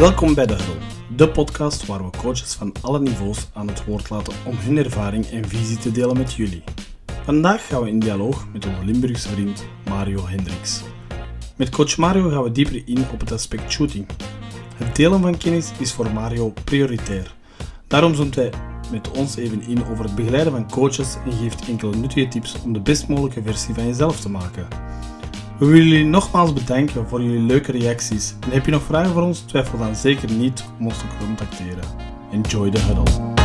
Welkom bij De Huddle, de podcast waar we coaches van alle niveaus aan het woord laten om hun ervaring en visie te delen met jullie. Vandaag gaan we in dialoog met onze Limburgse vriend Mario Hendricks. Met coach Mario gaan we dieper in op het aspect shooting. Het delen van kennis is voor Mario prioritair. Daarom zoomt hij met ons even in over het begeleiden van coaches en geeft enkele nuttige tips om de best mogelijke versie van jezelf te maken. We willen jullie nogmaals bedanken voor jullie leuke reacties. En heb je nog vragen voor ons? Twijfel dan zeker niet om ons te contacteren. Enjoy the huddle.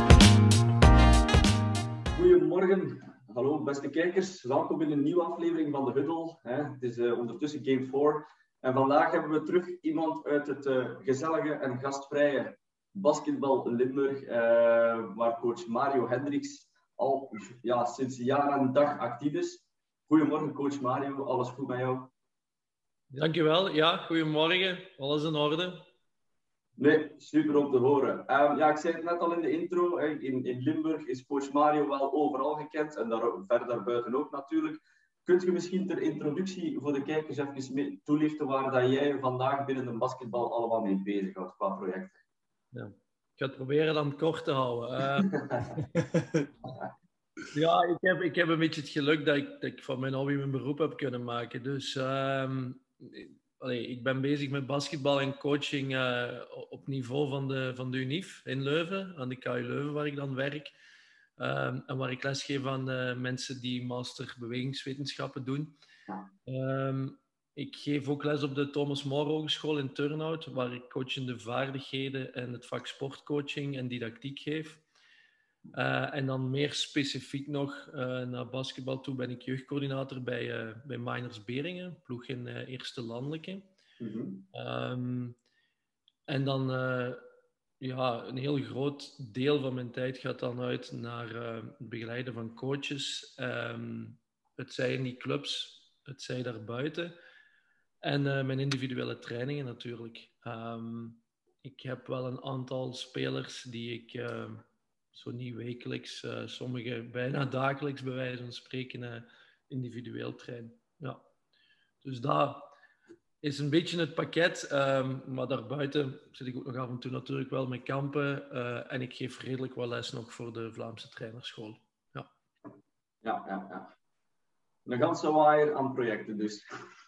Goedemorgen, hallo beste kijkers. Welkom in een nieuwe aflevering van de Huddle. Het is ondertussen Game 4. En vandaag hebben we terug iemand uit het gezellige en gastvrije basketbal Limburg, waar coach Mario Hendricks al sinds jaar en dag actief is. Goedemorgen, coach Mario. Alles goed met jou? Dankjewel. Ja, goedemorgen. Alles in orde? Nee, super om te horen. Ik zei het net al in de intro. In Limburg is coach Mario wel overal gekend. En verder daarbuiten ook natuurlijk. Kunt je misschien ter introductie voor de kijkers even toelichten waar dat jij vandaag binnen de basketbal allemaal mee bezighoudt qua projecten? Ja. Ik ga het proberen dan kort te houden. Ja, ik heb een beetje het geluk dat ik van mijn hobby mijn beroep heb kunnen maken. Dus ik ben bezig met basketbal en coaching op niveau van de UNIF in Leuven, aan de KU Leuven waar ik dan werk. En waar ik lesgeef aan mensen die master bewegingswetenschappen doen. Ik geef ook les op de Thomas More Hogeschool in Turnhout, waar ik coachende vaardigheden en het vak sportcoaching en didactiek geef. En dan meer specifiek nog naar basketbal toe ben ik jeugdcoördinator bij Miners Beringen, ploeg in Eerste Landelijke. Mm-hmm. En dan een heel groot deel van mijn tijd gaat dan uit naar het begeleiden van coaches. Het zij in die clubs, het zij daarbuiten. En mijn individuele trainingen natuurlijk. Ik heb wel een aantal spelers die ik... zo niet wekelijks, sommige bijna dagelijks bij wijze van spreken individueel trainen. Ja. Dus dat is een beetje het pakket. Maar daarbuiten zit ik ook nog af en toe natuurlijk wel met kampen. En ik geef redelijk wel les nog voor de Vlaamse trainerschool. Ja. Ja. Een ganse waaier aan projecten dus.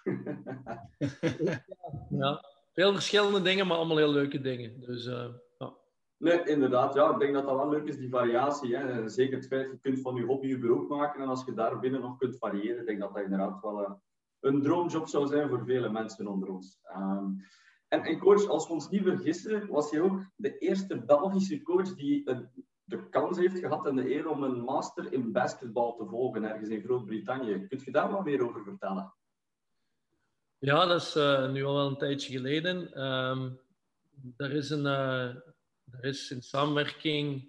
Ja, veel verschillende dingen, maar allemaal heel leuke dingen. Dus Nee, inderdaad. Ja, ik denk dat dat wel leuk is, die variatie. Hè. Zeker het feit, je kunt van je hobby je beroep maken. En als je daar binnen nog kunt variëren, ik denk dat dat inderdaad wel een droomjob zou zijn voor vele mensen onder ons. En coach, als we ons niet vergissen, was je ook de eerste Belgische coach die de kans heeft gehad en de eer om een master in basketbal te volgen ergens in Groot-Brittannië. Kunt je daar wat meer over vertellen? Ja, dat is nu al wel een tijdje geleden. Er is in samenwerking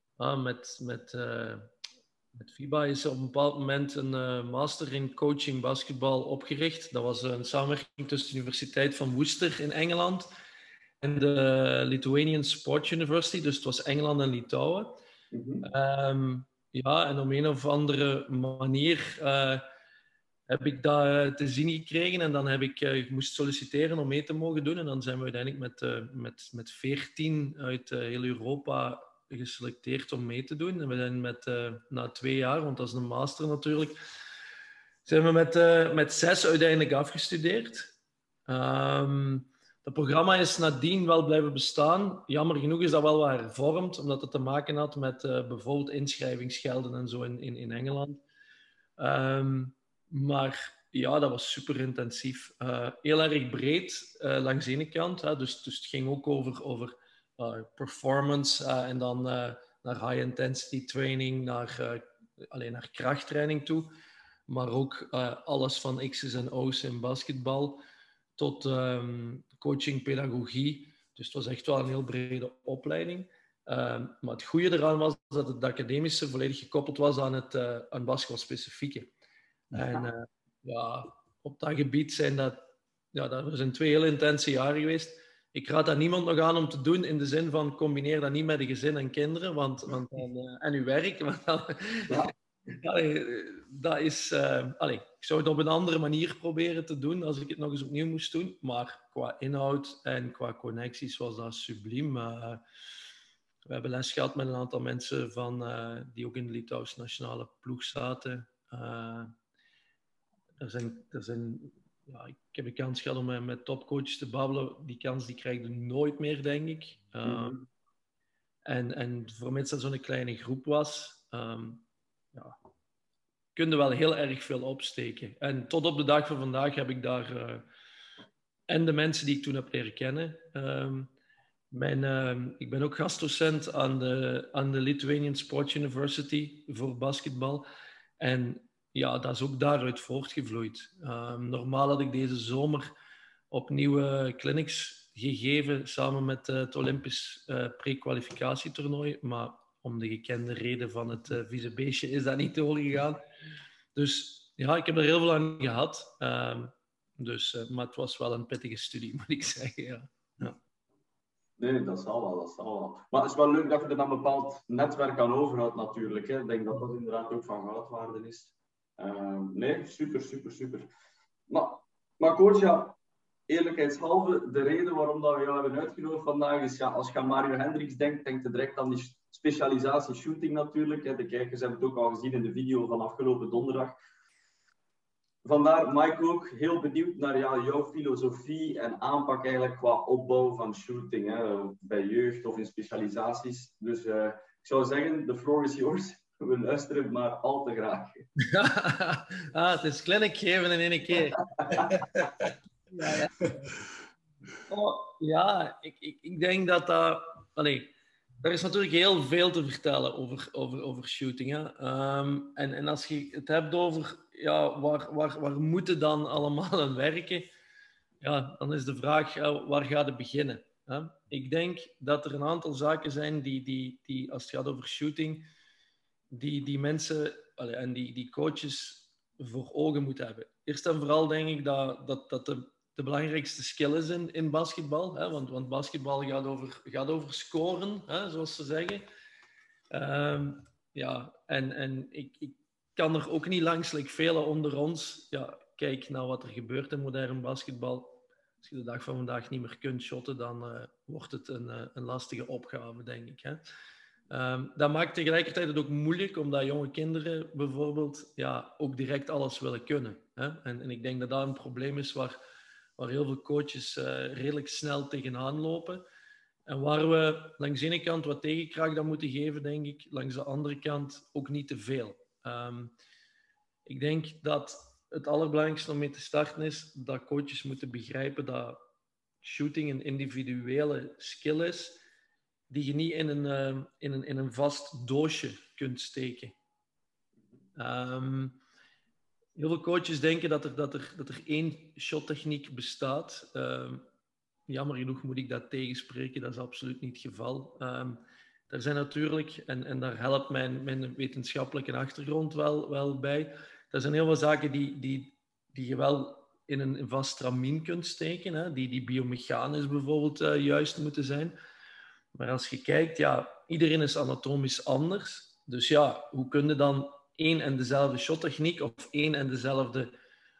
met FIBA is op een bepaald moment een master in coaching basketbal opgericht. Dat was een samenwerking tussen de Universiteit van Worcester in Engeland en de Lithuanian Sports University. Dus het was Engeland en Litouwen. Mm-hmm. En op een of andere manier heb ik dat te zien gekregen en dan heb ik moest solliciteren om mee te mogen doen. En dan zijn we uiteindelijk met 14 uit heel Europa geselecteerd om mee te doen. En we zijn na 2 jaar, want dat is een master natuurlijk, zijn we met 6 uiteindelijk afgestudeerd. Dat programma is nadien wel blijven bestaan. Jammer genoeg is dat wel wat hervormd, omdat het te maken had met bijvoorbeeld inschrijvingsgelden en zo in Engeland. Maar ja, dat was super intensief. Heel erg breed langs de ene kant. Dus het ging ook over performance en dan naar high intensity training, naar krachttraining toe. Maar ook alles van X's en O's in basketbal tot coaching, pedagogie. Dus het was echt wel een heel brede opleiding. Maar het goede eraan was dat het academische volledig gekoppeld was aan het basketbalspecifieke. En op dat gebied dat zijn 2 heel intense jaren geweest. Ik raad dat niemand nog aan om te doen in de zin van combineer dat niet met een gezin en kinderen en uw werk. Want dan Dat is... ik zou het op een andere manier proberen te doen als ik het nog eens opnieuw moest doen. Maar qua inhoud en qua connecties was dat subliem. We hebben les gehad met een aantal mensen die ook in de Litouwse nationale ploeg zaten. Ik heb de kans gehad om met topcoaches te babbelen. Die kans die krijg je nooit meer, denk ik. En voor mensen dat zo'n kleine groep was, kun je wel heel erg veel opsteken. En tot op de dag van vandaag heb ik daar... en de mensen die ik toen heb leren kennen... ik ben ook gastdocent aan de Lithuanian Sports University voor basketbal. En ja, dat is ook daaruit voortgevloeid. Normaal had ik deze zomer opnieuw clinics gegeven samen met het Olympisch pre-kwalificatietoernooi. Maar om de gekende reden van het vieze beestje is dat niet doorgegaan. Dus ja, ik heb er heel veel aan gehad. Maar het was wel een pittige studie, moet ik zeggen. Ja. Nee, dat zal wel. Maar het is wel leuk dat je er een bepaald netwerk aan overhoudt natuurlijk. Hè. Ik denk dat dat inderdaad ook van goudwaarde is. Nee, super. Maar coach, ja, eerlijkheidshalve, de reden waarom dat we jou hebben uitgenodigd vandaag is, ja, als je aan Mario Hendricks denkt, denk je direct aan die specialisatie shooting natuurlijk. Hè. De kijkers hebben het ook al gezien in de video van afgelopen donderdag. Vandaar, Mike, ook heel benieuwd naar jouw filosofie en aanpak eigenlijk qua opbouw van shooting, hè, bij jeugd of in specialisaties. Dus ik zou zeggen, the floor is yours. We luisteren maar al te graag. Het is clinic geven in één keer. Ik denk dat dat... er is natuurlijk heel veel te vertellen over shooting. Hè. En als je het hebt over waar moet het dan allemaal aan werken, ja, dan is de vraag, waar gaat het beginnen? Hè? Ik denk dat er een aantal zaken zijn die als het gaat over shooting, die mensen en die coaches voor ogen moeten hebben. Eerst en vooral denk ik dat de belangrijkste skill is in basketbal. Hè? Want basketbal gaat over scoren, hè, zoals ze zeggen. En ik kan er ook niet langs, velen onder ons. Ja, kijk naar wat er gebeurt in moderne basketbal. Als je de dag van vandaag niet meer kunt shotten, dan wordt het een lastige opgave, denk ik. Hè? Dat maakt tegelijkertijd het ook moeilijk, omdat jonge kinderen bijvoorbeeld ook direct alles willen kunnen. Hè? En ik denk dat dat een probleem is waar heel veel coaches redelijk snel tegenaan lopen. En waar we langs de ene kant wat tegenkracht aan moeten geven, denk ik. Langs de andere kant ook niet te veel. Ik denk dat het allerbelangrijkste om mee te starten is dat coaches moeten begrijpen dat shooting een individuele skill is die je niet in een vast doosje kunt steken. Heel veel coaches denken dat er één shottechniek bestaat. Jammer genoeg moet ik dat tegenspreken, dat is absoluut niet het geval. Er zijn natuurlijk, en daar helpt mijn wetenschappelijke achtergrond wel bij, er zijn heel veel zaken die je wel in een vast stramien kunt steken, hè, die biomechanisch bijvoorbeeld juist moeten zijn. Maar als je kijkt, iedereen is anatomisch anders. Dus hoe kun je dan één en dezelfde shottechniek of één en dezelfde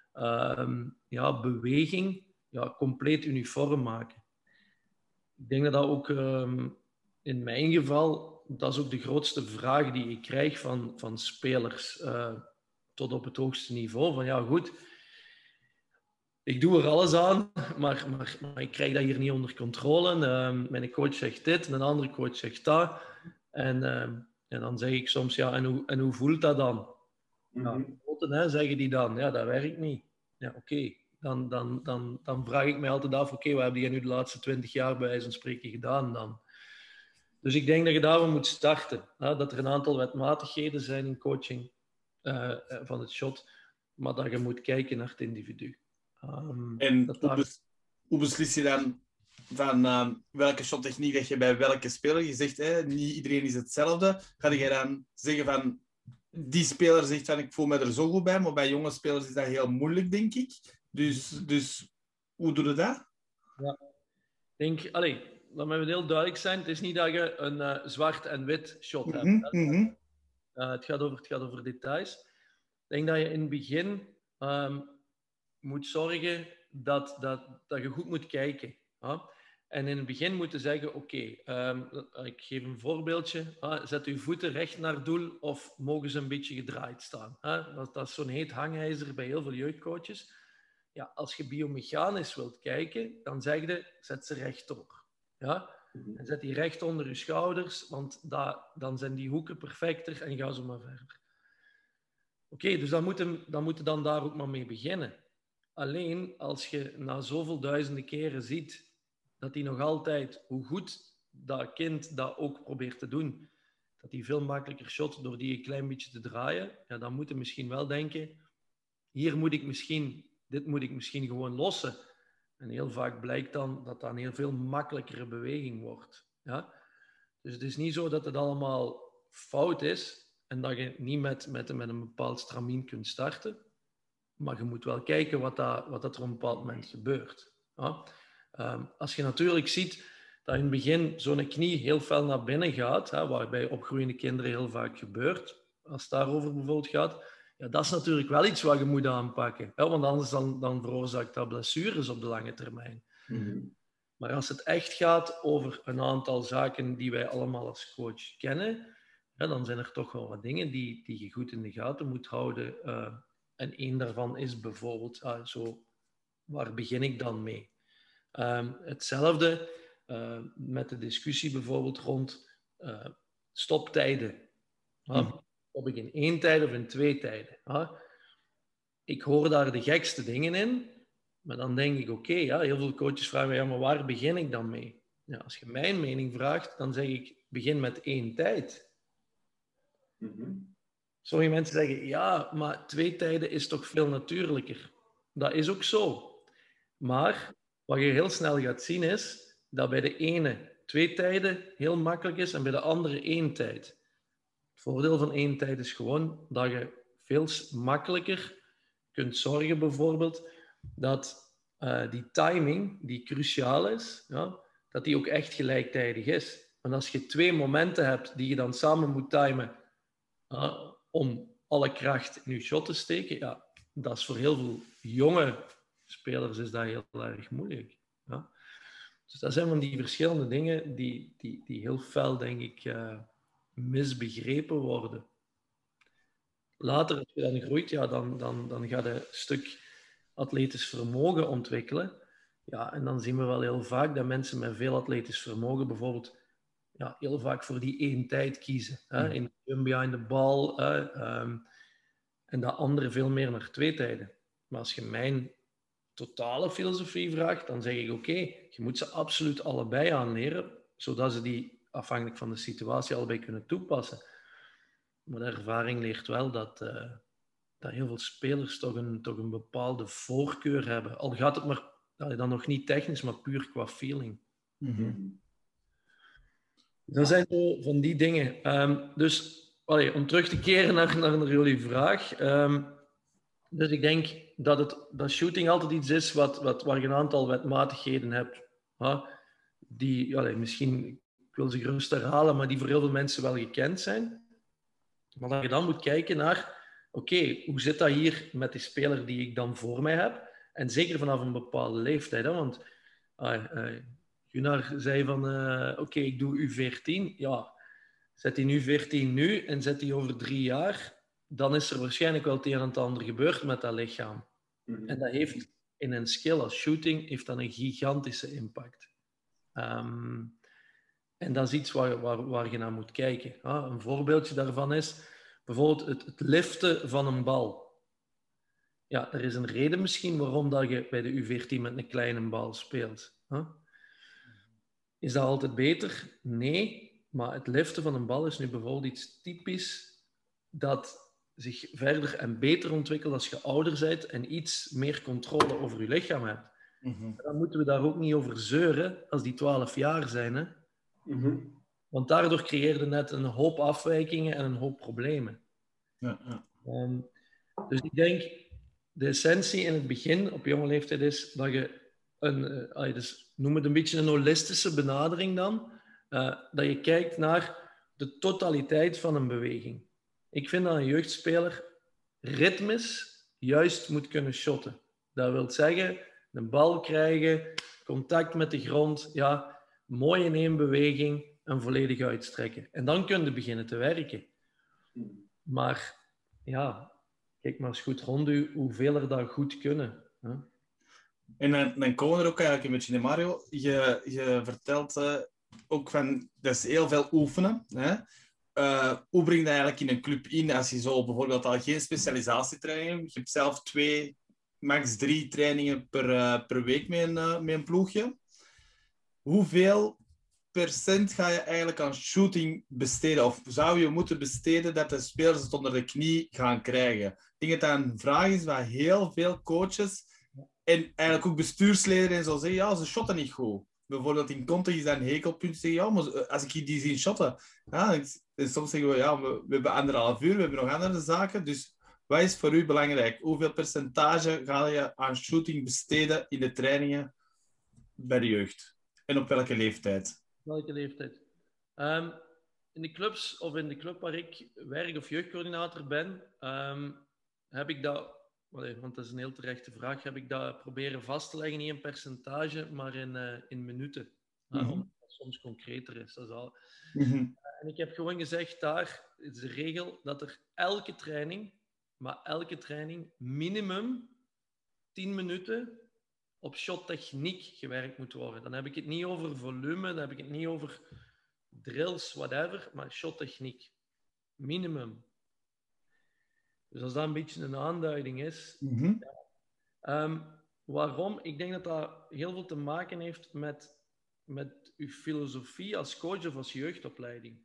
beweging compleet uniform maken? Ik denk dat ook in mijn geval, dat is ook de grootste vraag die ik krijg van spelers tot op het hoogste niveau. Van goed, ik doe er alles aan, maar ik krijg dat hier niet onder controle. Mijn coach zegt dit en een andere coach zegt dat. En dan zeg ik soms, en hoe voelt dat dan? Zeggen die dan, dat werkt niet. Ja, oké. Dan vraag ik mij altijd af, wat heb je nu de laatste 20 jaar bij wijze van spreken gedaan dan? Dus ik denk dat je daarvan moet starten. Dat er een aantal wetmatigheden zijn in coaching van het shot, maar dat je moet kijken naar het individu. Hoe beslis je dan van welke shottechniek dat je bij welke speler? Je zegt, niet iedereen is hetzelfde. Ga je dan zeggen van, die speler zegt van, ik voel me er zo goed bij, maar bij jonge spelers is dat heel moeilijk, denk ik. Dus hoe doe je dat? Ja, laat me heel duidelijk zijn. Het is niet dat je een zwart en wit shot hebt. Het gaat over details. Ik denk dat je in het begin moet zorgen dat je goed moet kijken. En in het begin moeten zeggen, oké, ik geef een voorbeeldje. Zet uw voeten recht naar het doel of mogen ze een beetje gedraaid staan? Dat is zo'n heet hangijzer bij heel veel jeugdcoaches. Ja, als je biomechanisch wilt kijken, dan zeg je, zet ze rechtdoor. Ja? En zet die recht onder je schouders, want dan zijn die hoeken perfecter en ga zo maar verder. Oké, dus dan moet je dan daar ook maar mee beginnen. Alleen, als je na zoveel duizenden keren ziet dat hij nog altijd, hoe goed dat kind dat ook probeert te doen, dat hij veel makkelijker shot door die een klein beetje te draaien, ja, dan moet je misschien wel denken, dit moet ik misschien gewoon lossen. En heel vaak blijkt dan dat dat een heel veel makkelijkere beweging wordt. Ja? Dus het is niet zo dat het allemaal fout is en dat je niet met een bepaald stramien kunt starten. Maar je moet wel kijken wat er op een bepaald moment gebeurt. Ja? Als je natuurlijk ziet dat in het begin zo'n knie heel fel naar binnen gaat, wat bij opgroeiende kinderen heel vaak gebeurt, als het daarover bijvoorbeeld gaat, ja, dat is natuurlijk wel iets wat je moet aanpakken. Want anders dan veroorzaakt dat blessures op de lange termijn. Mm-hmm. Maar als het echt gaat over een aantal zaken die wij allemaal als coach kennen, dan zijn er toch wel wat dingen die je goed in de gaten moet houden. En één daarvan is bijvoorbeeld, waar begin ik dan mee? Hetzelfde met de discussie bijvoorbeeld rond stoptijden. Stop ik in 1 tijd of in 2 tijden? Ik hoor daar de gekste dingen in, maar dan denk ik, oké, heel veel coaches vragen, ja, maar waar begin ik dan mee? Ja, als je mijn mening vraagt, dan zeg ik, begin met 1 tijd. Mm-hmm. Sommige mensen zeggen, ja, maar 2 tijden is toch veel natuurlijker. Dat is ook zo. Maar wat je heel snel gaat zien is, dat bij de ene 2 tijden heel makkelijk is en bij de andere 1 tijd. Het voordeel van 1 tijd is gewoon dat je veel makkelijker kunt zorgen bijvoorbeeld dat die timing, die cruciaal is, ja, dat die ook echt gelijktijdig is. Want als je 2 momenten hebt die je dan samen moet timen om alle kracht in je shot te steken, ja, dat is voor heel veel jonge spelers is dat heel erg moeilijk. Ja. Dus dat zijn van die verschillende dingen die heel fel, denk ik, misbegrepen worden. Later, als je dan groeit, ja, dan ga je een stuk atletisch vermogen ontwikkelen. Ja, en dan zien we wel heel vaak dat mensen met veel atletisch vermogen bijvoorbeeld heel vaak voor die 1 tijd kiezen. In de jump behind the ball. En dat anderen veel meer naar 2 tijden. Maar als je mijn totale filosofie vraagt, dan zeg ik oké, je moet ze absoluut allebei aanleren, zodat ze die afhankelijk van de situatie allebei kunnen toepassen. Maar de ervaring leert wel dat heel veel spelers toch een bepaalde voorkeur hebben. Al gaat het maar dan nog niet technisch, maar puur qua feeling. Mm-hmm. Dat zijn zo van die dingen. Dus om terug te keren naar jullie vraag. Dus ik denk dat shooting altijd iets is waar je een aantal wetmatigheden hebt. Die misschien, ik wil ze gerust herhalen, maar die voor heel veel mensen wel gekend zijn. Maar dat je dan moet kijken naar, oké, hoe zit dat hier met die speler die ik dan voor mij heb? En zeker vanaf een bepaalde leeftijd. Want Gunnar zei van, oké, ik doe U14. Ja, zet die U14 nu en zet die over 3 jaar, dan is er waarschijnlijk wel het een en het ander gebeurd met dat lichaam. Mm-hmm. En dat heeft in een skill als shooting heeft dat een gigantische impact. En dat is iets waar je naar moet kijken. Een voorbeeldje daarvan is bijvoorbeeld het liften van een bal. Ja, er is een reden misschien waarom dat je bij de U14 met een kleine bal speelt. Is dat altijd beter? Nee. Maar het liften van een bal is nu bijvoorbeeld iets typisch dat zich verder en beter ontwikkelt als je ouder bent en iets meer controle over je lichaam hebt. Mm-hmm. Dan moeten we daar ook niet over zeuren als die 12 jaar zijn. Hè? Mm-hmm. Want daardoor creëer je net een hoop afwijkingen en een hoop problemen. Ja. Dus ik denk, de essentie in het begin, op jonge leeftijd, is dat je dus noem het een beetje een holistische benadering dan, dat je kijkt naar de totaliteit van een beweging. Ik vind dat een jeugdspeler ritmes juist moet kunnen shotten. Dat wil zeggen, een bal krijgen, contact met de grond, ja, mooi in één beweging en volledig uitstrekken. En dan kun je beginnen te werken. Maar ja, kijk maar eens goed rond u hoeveel er dat goed kunnen. Hè? En dan komen we er ook eigenlijk een beetje in, Mario. Je vertelt ook van, dat is heel veel oefenen. Hè? Hoe breng je dat eigenlijk in een club in als je zo bijvoorbeeld al geen specialisatietrainingen hebt? Je hebt zelf 2, max 3 trainingen per week met een ploegje. Hoeveel procent ga je eigenlijk aan shooting besteden? Of zou je moeten besteden dat de spelers het onder de knie gaan krijgen? Ik denk dat dat een vraag is waar heel veel coaches en eigenlijk ook bestuursleden en zo zeggen, ja, ze shotten niet goed. Bijvoorbeeld in context is dat een hekelpunt. Zeggen, ja, maar als ik die zie shotten... Ja, en soms zeggen we, ja, we hebben 1,5 uur, we hebben nog andere zaken. Dus wat is voor u belangrijk? Hoeveel percentage ga je aan shooting besteden in de trainingen bij de jeugd? En op welke leeftijd? Welke leeftijd? In de clubs of in de club waar ik werk of jeugdcoördinator ben, heb ik dat, want dat is een heel terechte vraag, heb ik dat proberen vast te leggen, niet in percentage, maar in minuten. Omdat het soms concreter is. Dat is al. En ik heb gewoon gezegd, daar is de regel dat er elke training, minimum 10 minuten op shottechniek gewerkt moet worden. Dan heb ik het niet over volume, dan heb ik het niet over drills, whatever, maar shottechniek. Minimum. Dus als dat een beetje een aanduiding is. Waarom? Ik denk dat dat heel veel te maken heeft met uw filosofie als coach of als jeugdopleiding.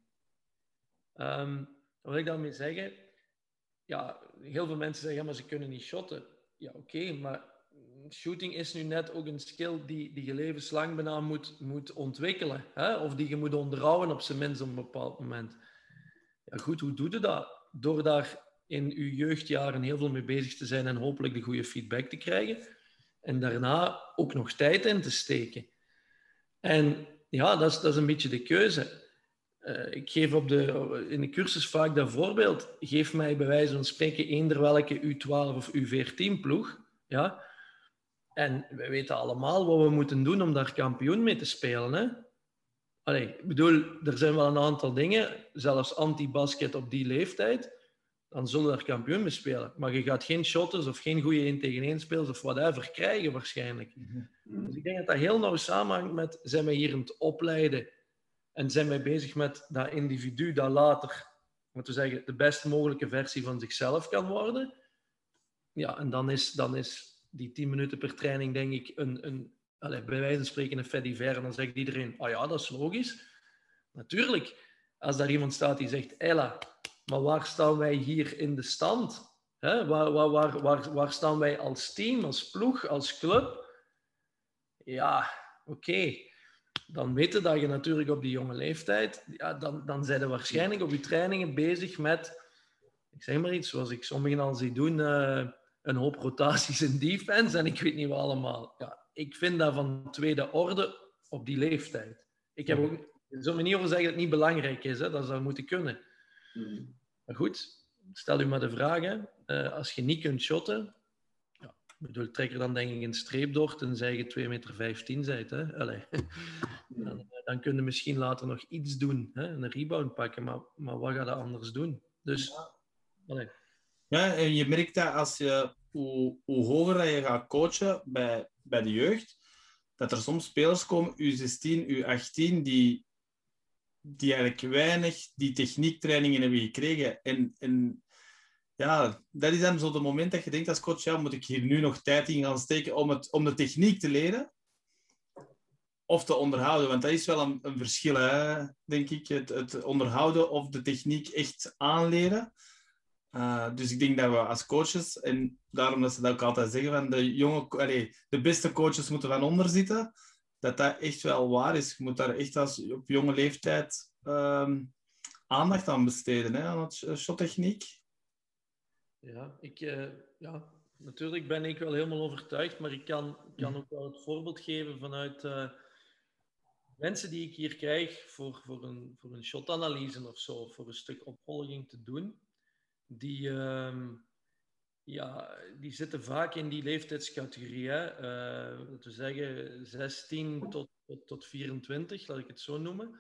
Wat wil ik daarmee zeggen? Ja, heel veel mensen zeggen, ja, maar ze kunnen niet shotten. Ja, oké, maar shooting is nu net ook een skill die je levenslang bijna moet ontwikkelen. Hè? Of die je moet onderhouden op zijn minst op een bepaald moment. Ja goed, hoe doe je dat? Door daar in je jeugdjaren heel veel mee bezig te zijn en hopelijk de goede feedback te krijgen. En daarna ook nog tijd in te steken. En ja, dat is een beetje de keuze. Ik geef in de cursus vaak dat voorbeeld. Geef mij bij wijze van spreken eender welke U12 of U14 ploeg. Ja? En wij weten allemaal wat we moeten doen om daar kampioen mee te spelen. Hè? Allee, ik bedoel, er zijn wel een aantal dingen, zelfs anti-basket op die leeftijd, dan zullen we daar kampioen mee spelen. Maar je gaat geen shotters of geen goede 1-tegen-1 spelers of whatever krijgen waarschijnlijk. Dus ik denk dat dat heel nauw samenhangt met, zijn wij hier aan het opleiden en zijn wij bezig met dat individu dat later, moeten we zeggen, de best mogelijke versie van zichzelf kan worden. Ja, en dan is die 10 minuten per training, denk ik, bij wijze van spreken een fait divers. En dan zegt iedereen, oh ja, dat is logisch. Natuurlijk, als daar iemand staat die zegt, Ella, maar waar staan wij hier in de stand? Hè? Waar staan wij als team, als ploeg, als club? Ja, oké. Dan weten dat je natuurlijk op die jonge leeftijd, ja, dan zijn we waarschijnlijk op je trainingen bezig met, ik zeg maar iets, zoals ik sommigen al zie doen, een hoop rotaties in defense en ik weet niet wat allemaal. Ja, ik vind dat van tweede orde op die leeftijd. Ik heb ook, er zullen we niet over zeggen dat het niet belangrijk is, hè, dat zou moeten kunnen. Maar goed, stel u maar de vraag, hè, als je niet kunt shotten, ja, ik bedoel, trek er dan denk ik een streep door tenzij je 2,15 meter bent. Hè. Dan kun je misschien later nog iets doen, hè, een rebound pakken, maar wat ga je anders doen? Dus, Ja, en je merkt dat als je, hoe hoger dat je gaat coachen bij de jeugd, dat er soms spelers komen, U16, U18, die eigenlijk weinig die techniektrainingen hebben gekregen. En ja, dat is dan zo het moment dat je denkt als coach, ja, moet ik hier nu nog tijd in gaan steken om de techniek te leren? Of te onderhouden, want dat is wel een verschil, hè, denk ik. Het onderhouden of de techniek echt aanleren. Dus ik denk dat we als coaches, en daarom dat ze dat ook altijd zeggen, van de beste coaches moeten van onder zitten, dat echt wel waar is. Je moet daar echt op jonge leeftijd aandacht aan besteden, hè, aan het shottechniek. Ja, natuurlijk ben ik wel helemaal overtuigd, maar ik kan ook wel het voorbeeld geven vanuit mensen die ik hier krijg voor een shotanalyse of zo, voor een stuk opvolging te doen. die zitten vaak in die leeftijdscategorie. Laten we zeggen 16 tot 24, laat ik het zo noemen.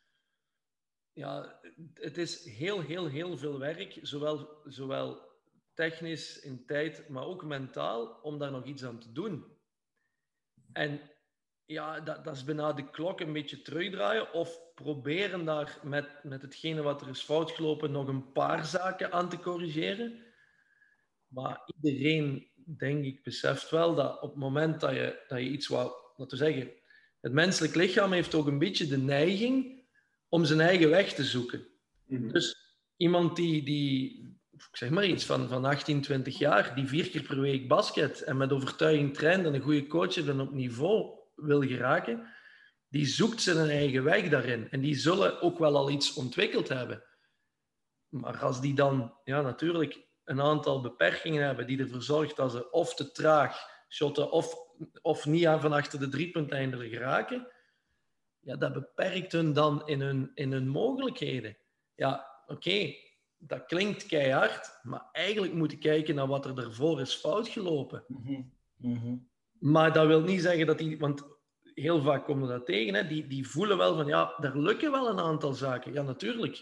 Ja, het is heel, heel, heel veel werk, zowel technisch in tijd, maar ook mentaal, om daar nog iets aan te doen. En ja, dat is bijna de klok een beetje terugdraaien of proberen daar met hetgene wat er is fout gelopen nog een paar zaken aan te corrigeren. Maar iedereen, denk ik, beseft wel dat op het moment dat je iets wou, laten we zeggen, het menselijk lichaam heeft ook een beetje de neiging om zijn eigen weg te zoeken. Mm-hmm. Dus iemand die ik zeg maar iets, van 18, 20 jaar, die 4 keer per week basket en met overtuiging traint en een goede coach heeft en op niveau wil geraken, die zoekt zijn eigen weg daarin. En die zullen ook wel al iets ontwikkeld hebben. Maar als die dan natuurlijk een aantal beperkingen hebben die ervoor zorgt dat ze of te traag shotten of niet aan van achter de driepunteinde geraken, ja, dat beperkt hun dan in hun mogelijkheden. Ja, oké, dat klinkt keihard, maar eigenlijk moet je kijken naar wat er daarvoor is fout gelopen. Mm-hmm. Mm-hmm. Maar dat wil niet zeggen dat die... Want heel vaak komen we dat tegen, hè, die voelen wel van, ja, er lukken wel een aantal zaken. Ja, natuurlijk.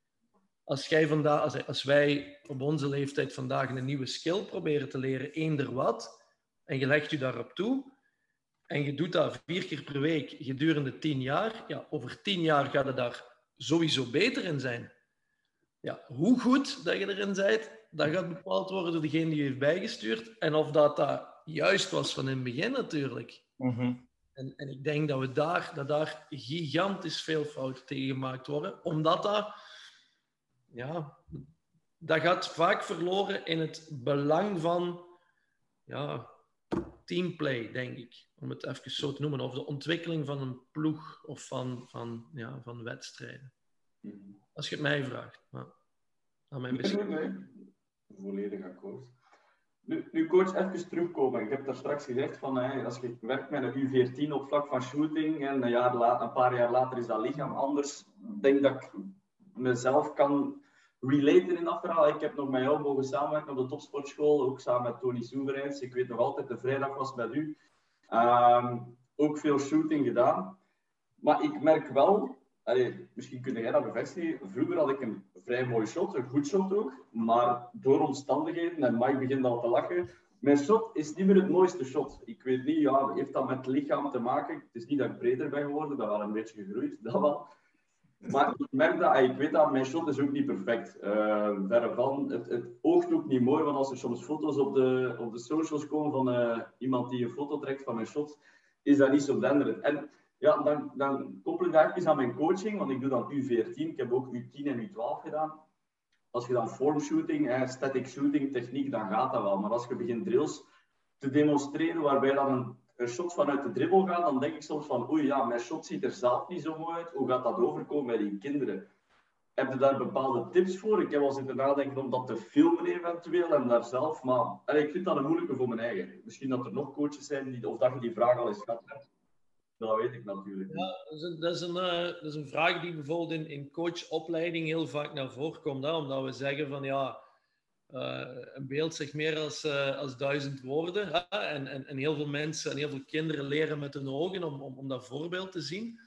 Als wij op onze leeftijd vandaag een nieuwe skill proberen te leren, eender wat, en je legt je daarop toe, en je doet dat 4 keer per week gedurende 10 jaar, ja, over 10 jaar gaat het daar sowieso beter in zijn. Ja, hoe goed dat je erin bent, dat gaat bepaald worden door degene die je heeft bijgestuurd. En of dat juist was van in het begin natuurlijk. Mm-hmm. En ik denk dat daar gigantisch veel fouten tegen gemaakt worden. Omdat dat gaat vaak verloren in het belang van teamplay, denk ik. Om het even zo te noemen. Of de ontwikkeling van een ploeg of van wedstrijden. Als je het mij vraagt. Maar aan mijn nee. Volledig akkoord. Nu coach, even terugkomen. Ik heb daar straks gezegd van, als je werkt met een U14 op vlak van shooting en een paar jaar later is dat lichaam anders. Ik denk dat ik mezelf kan relaten in dat verhaal. Ik heb nog met jou mogen samenwerken op de topsportschool, ook samen met Tony Soevereins. Ik weet nog altijd, de vrijdag was met u. Ook veel shooting gedaan. Maar ik merk wel, misschien kun jij dat bevestigen, vroeger had ik een vrij mooi shot, een goed shot ook, maar door omstandigheden, en Mike begint al te lachen, mijn shot is niet meer het mooiste shot. Ik weet niet, heeft dat met het lichaam te maken? Het is niet dat ik breder ben geworden, ik ben wel een beetje gegroeid, dat wel. Maar ik merk dat, ik weet dat mijn shot is ook niet perfect. Verre van, het oogt ook niet mooi, want als er soms foto's op de socials komen van iemand die een foto trekt van mijn shot, is dat niet zo denderend. En ja, dan koppel ik dat even aan mijn coaching, want ik doe dan U14, ik heb ook U10 en U12 gedaan. Als je dan formshooting, static shooting, techniek, dan gaat dat wel. Maar als je begint drills te demonstreren waarbij dan een shot vanuit de dribbel gaat, dan denk ik soms van, oei ja, mijn shot ziet er zelf niet zo mooi uit. Hoe gaat dat overkomen bij die kinderen? Heb je daar bepaalde tips voor? Ik heb wel zitten nadenken om dat te filmen eventueel en daar zelf, maar ik vind dat een moeilijke voor mijn eigen. Misschien dat er nog coaches zijn, of dat je die vraag al eens gehad hebt. Dat weet ik natuurlijk niet. Ja, dat is een vraag die bijvoorbeeld in coachopleiding heel vaak naar voren komt. Hè? Omdat we zeggen van een beeld zegt meer als 1000 woorden. Hè? En heel veel mensen en heel veel kinderen leren met hun ogen om dat voorbeeld te zien.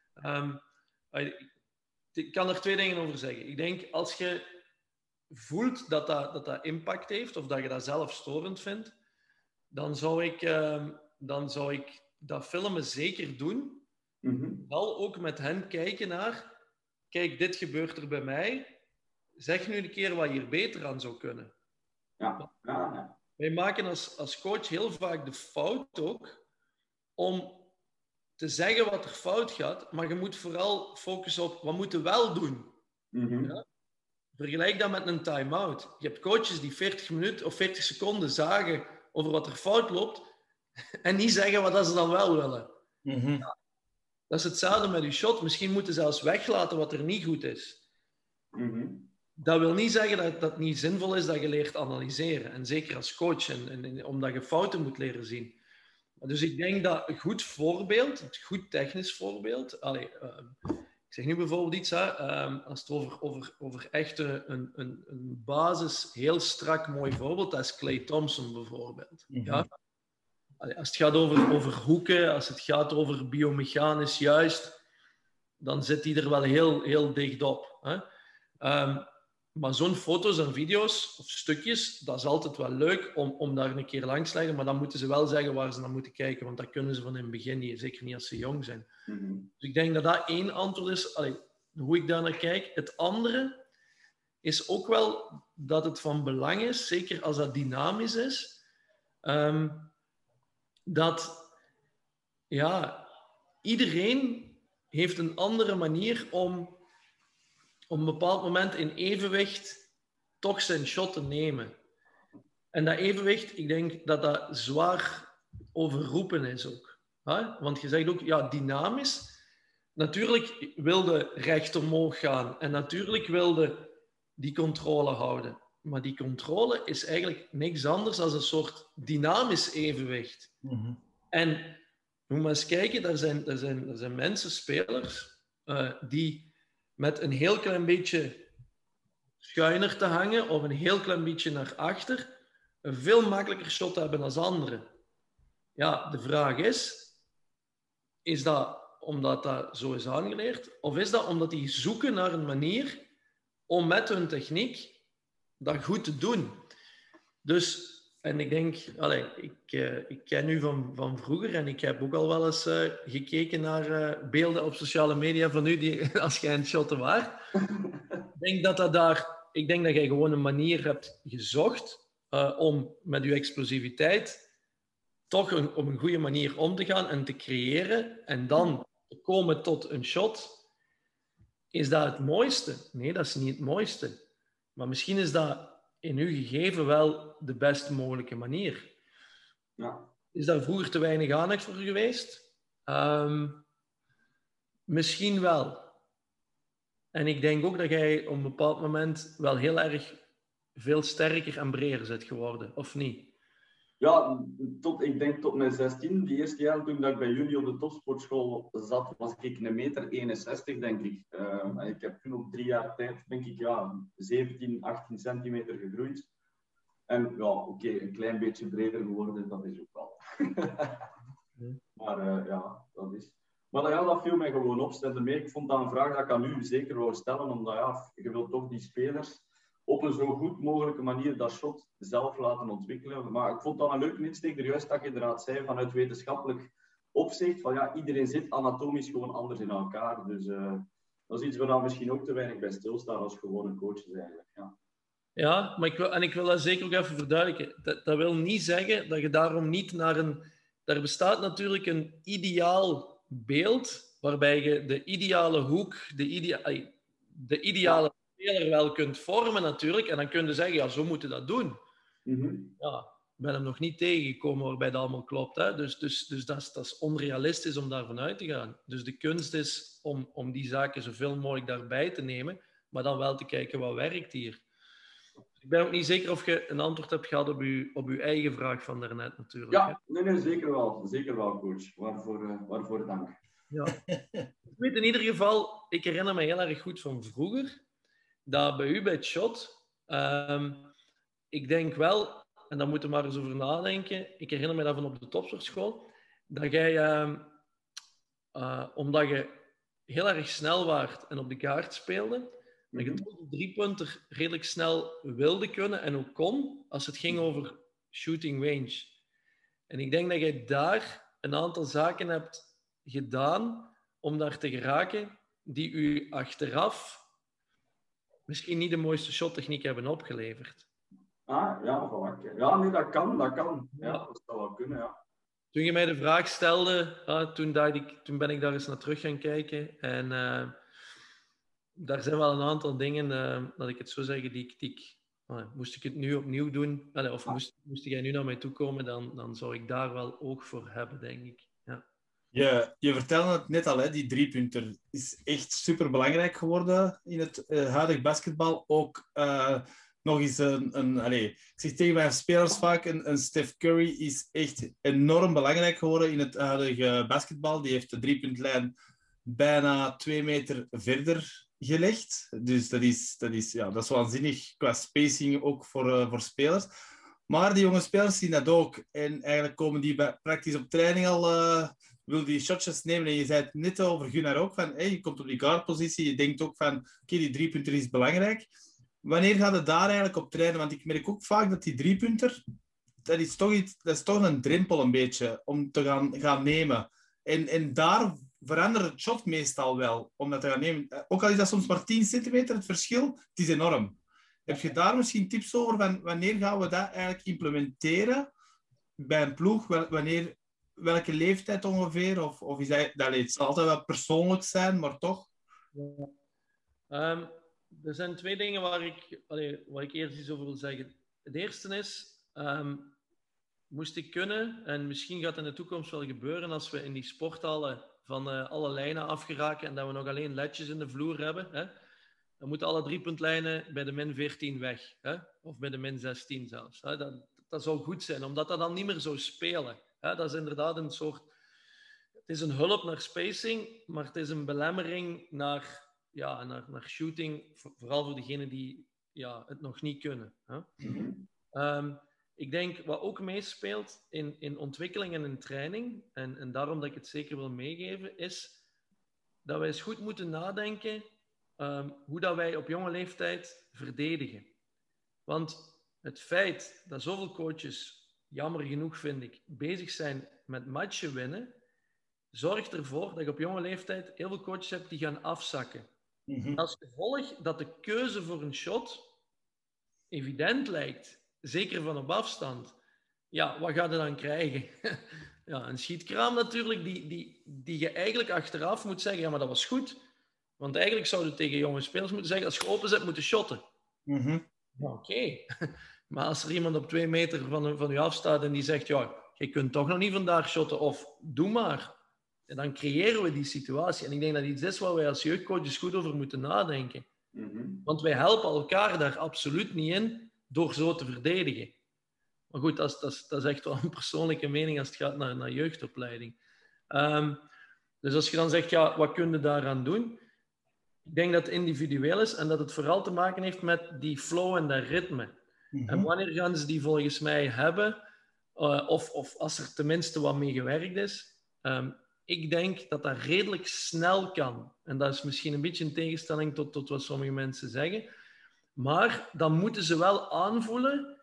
Ik kan er 2 dingen over zeggen. Ik denk, als je voelt dat impact heeft, of dat je dat zelf storend vindt, dan zou ik dat filmen zeker doen. Mm-hmm. Wel ook met hen kijken naar, kijk, dit gebeurt er bij mij. Zeg nu een keer wat hier beter aan zou kunnen. Ja. Wij maken als coach heel vaak de fout ook om te zeggen wat er fout gaat, maar je moet vooral focussen op wat moeten we wel doen. Mm-hmm. Ja? Vergelijk dat met een time-out. Je hebt coaches die 40 minuten of 40 seconden zagen over wat er fout loopt en niet zeggen wat ze dan wel willen. Mm-hmm. Ja. Dat is hetzelfde met je shot. Misschien moeten ze zelfs weglaten wat er niet goed is. Mm-hmm. Dat wil niet zeggen dat het niet zinvol is dat je leert analyseren. En zeker als coach, omdat je fouten moet leren zien. Dus ik denk dat een goed voorbeeld, een goed technisch voorbeeld... ik zeg nu bijvoorbeeld iets, als het over echt een basis, heel strak mooi voorbeeld, dat is Klay Thompson bijvoorbeeld. Mm-hmm. Ja? Als het gaat over hoeken, als het gaat over biomechanisch juist, dan zit hij er wel heel, heel dicht op. Hè? Maar zo'n foto's en video's of stukjes, dat is altijd wel leuk om daar een keer langs te leggen, maar dan moeten ze wel zeggen waar ze naar moeten kijken, want dat kunnen ze van in het begin niet, zeker niet als ze jong zijn. Mm-hmm. Dus ik denk dat dat één antwoord is, hoe ik daar naar kijk. Het andere is ook wel dat het van belang is, zeker als dat dynamisch is, dat iedereen heeft een andere manier om op een bepaald moment in evenwicht toch zijn shot te nemen. En dat evenwicht, ik denk dat dat zwaar overroepen is ook. Hè? Want je zegt ook, dynamisch. Natuurlijk wilde recht omhoog gaan en natuurlijk wilde die controle houden. Maar die controle is eigenlijk niks anders dan een soort dynamisch evenwicht. Mm-hmm. En moet maar eens kijken, er zijn mensen, spelers, die met een heel klein beetje schuiner te hangen of een heel klein beetje naar achter een veel makkelijker shot hebben dan anderen. Ja, de vraag is dat omdat dat zo is aangeleerd? Of is dat omdat die zoeken naar een manier om met hun techniek dat goed te doen? Dus, en ik denk, ik ken u van vroeger en ik heb ook al wel eens gekeken naar beelden op sociale media van u die, als jij aan het shotten waart. Ik denk dat jij gewoon een manier hebt gezocht om met je explosiviteit toch op een goede manier om te gaan en te creëren en dan te komen tot een shot. Is dat het mooiste? Nee, dat is niet het mooiste. Maar misschien is dat in uw gegeven wel de best mogelijke manier. Ja. Is daar vroeger te weinig aandacht voor geweest? Misschien wel. En ik denk ook dat jij op een bepaald moment wel heel erg veel sterker en breder bent geworden, of niet? Ja, ik denk tot mijn 16, die eerste jaar toen dat ik bij jullie op de topsportschool zat, was ik 1,61 meter, denk ik. En ik heb toen op 3 jaar tijd, denk ik, 17, 18 centimeter gegroeid. En oké, een klein beetje breder geworden, dat is ook wel. Maar dat is... Maar dat viel mij gewoon op. Ik vond dat een vraag dat ik aan u zeker wou stellen, omdat je wilt toch die spelers op een zo goed mogelijke manier dat shot zelf laten ontwikkelen. Maar ik vond dat een leuke insteek, juist dat je inderdaad zei, vanuit wetenschappelijk opzicht, van iedereen zit anatomisch gewoon anders in elkaar. Dus dat is iets waar we misschien ook te weinig bij stilstaan als gewone coaches eigenlijk. Ja, maar ik wil dat zeker ook even verduidelijken. Dat wil niet zeggen dat je daarom niet naar een... Er bestaat natuurlijk een ideaal beeld, waarbij je de ideale hoek, de ideale speler wel kunt vormen natuurlijk. En dan kun je zeggen, zo moeten we dat doen. Mm-hmm. Ja, ik ben hem nog niet tegengekomen waarbij dat allemaal klopt. Hè? Dus dat is onrealistisch om daarvan uit te gaan. Dus de kunst is om die zaken zoveel mogelijk daarbij te nemen, maar dan wel te kijken wat werkt hier. Ik ben ook niet zeker of je een antwoord hebt gehad op uw eigen vraag van daarnet natuurlijk. Ja, nee, zeker wel. Zeker wel, coach. Waarvoor dank. Ja. Ik weet in ieder geval, ik herinner me heel erg goed van vroeger, dat bij u bij het shot, ik denk wel, en daar moeten we maar eens over nadenken, ik herinner me dat van op de topsportschool, dat jij, omdat je heel erg snel waart en op de kaart speelde, dat je toch de driepunter redelijk snel wilde kunnen en ook kon, als het ging over shooting range. En ik denk dat jij daar een aantal zaken hebt gedaan om daar te geraken, die u achteraf misschien niet de mooiste shottechniek hebben opgeleverd. Ja, nee, dat kan. Ja, dat zou wel kunnen, ja. Toen je mij de vraag stelde, toen ben ik daar eens naar terug gaan kijken. En daar zijn wel een aantal dingen, laat ik het zo zeggen, moest ik het nu opnieuw doen, of moest jij nu naar mij toe komen, dan zou ik daar wel oog voor hebben, denk ik. Ja. Je vertelde het net al, hè, die driepunter is echt superbelangrijk geworden in het huidige basketbal. Ook nog eens ik zeg tegen mijn spelers vaak, een Steph Curry is echt enorm belangrijk geworden in het huidige basketbal. Die heeft de driepuntlijn bijna 2 meter verder gelegd. Dus dat is waanzinnig qua spacing ook voor spelers. Maar die jonge spelers zien dat ook. En eigenlijk komen die praktisch op training al... wil die shotjes nemen. En je zei het net over Gunnar ook. Je komt op die guardpositie. Je denkt ook van... Oké, die driepunter is belangrijk. Wanneer gaat het daar eigenlijk op trainen? Want ik merk ook vaak dat die driepunter... Dat is toch een drempel een beetje. Om te gaan nemen. En daar verandert het shot meestal wel. Om dat te gaan nemen. Ook al is dat soms maar 10 centimeter het verschil. Het is enorm. Heb je daar misschien tips over? Van wanneer gaan we dat eigenlijk implementeren? Bij een ploeg? Welke leeftijd ongeveer? Of is dat het zal altijd wel persoonlijk zijn, maar toch? Er zijn 2 dingen waar ik eerst iets over wil zeggen. Het eerste is, moest ik kunnen, en misschien gaat het in de toekomst wel gebeuren als we in die sporthallen van alle lijnen afgeraken en dat we nog alleen ledjes in de vloer hebben, hè? Dan moeten alle driepuntlijnen bij de min 14 weg. Hè? Of bij de min 16 zelfs. Hè? Dat zou goed zijn, omdat dat dan niet meer zou spelen. Hè? Dat is inderdaad een soort... Het is een hulp naar spacing, maar het is een belemmering naar shooting. Vooral voor degenen die het nog niet kunnen. Hè? Ik denk, wat ook meespeelt in ontwikkeling en in training, en daarom dat ik het zeker wil meegeven, is dat wij eens goed moeten nadenken... hoe dat wij op jonge leeftijd verdedigen. Want het feit dat zoveel coaches, jammer genoeg vind ik, bezig zijn met matchen winnen, zorgt ervoor dat je op jonge leeftijd heel veel coaches hebt die gaan afzakken. Mm-hmm. Als gevolg dat de keuze voor een shot evident lijkt, zeker van op afstand, wat ga je dan krijgen? Een schietkraam natuurlijk, die je eigenlijk achteraf moet zeggen, maar dat was goed. Want eigenlijk zouden we tegen jonge spelers moeten zeggen, als je open zet, moet je shotten. Mm-hmm. Oké. Maar als er iemand op 2 meter van u afstaat en die zegt, je kunt toch nog niet vandaag shotten, of doe maar. En dan creëren we die situatie. En ik denk dat iets is waar wij als jeugdcoaches goed over moeten nadenken. Mm-hmm. Want wij helpen elkaar daar absoluut niet in door zo te verdedigen. Maar goed, dat is echt wel een persoonlijke mening als het gaat naar jeugdopleiding. Dus als je dan zegt, wat kun je daaraan doen? Ik denk dat het individueel is en dat het vooral te maken heeft met die flow en dat ritme. Mm-hmm. En wanneer gaan ze die volgens mij hebben? Of als er tenminste wat mee gewerkt is. Ik denk dat dat redelijk snel kan. En dat is misschien een beetje in tegenstelling tot wat sommige mensen zeggen. Maar dan moeten ze wel aanvoelen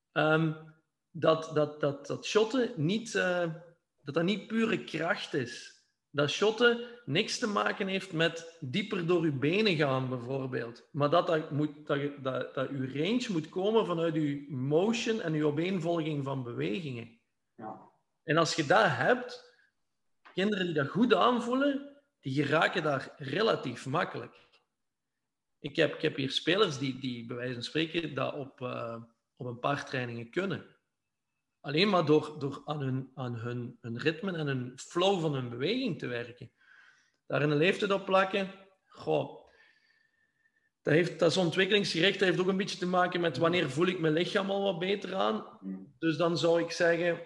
dat shotten niet, dat niet pure kracht is. Dat shotten niks te maken heeft met dieper door uw benen gaan, bijvoorbeeld. Maar dat uw range moet komen vanuit uw motion en uw opeenvolging van bewegingen. Ja. En als je dat hebt, kinderen die dat goed aanvoelen, die geraken daar relatief makkelijk. Ik heb hier spelers die bij wijze van spreken dat op een paar trainingen kunnen. Alleen maar door aan hun ritme en hun flow van hun beweging te werken. Daar een leeftijd op plakken, dat is ontwikkelingsgericht. Dat heeft ook een beetje te maken met wanneer voel ik mijn lichaam al wat beter aan. Dus dan zou ik zeggen,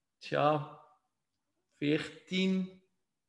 14,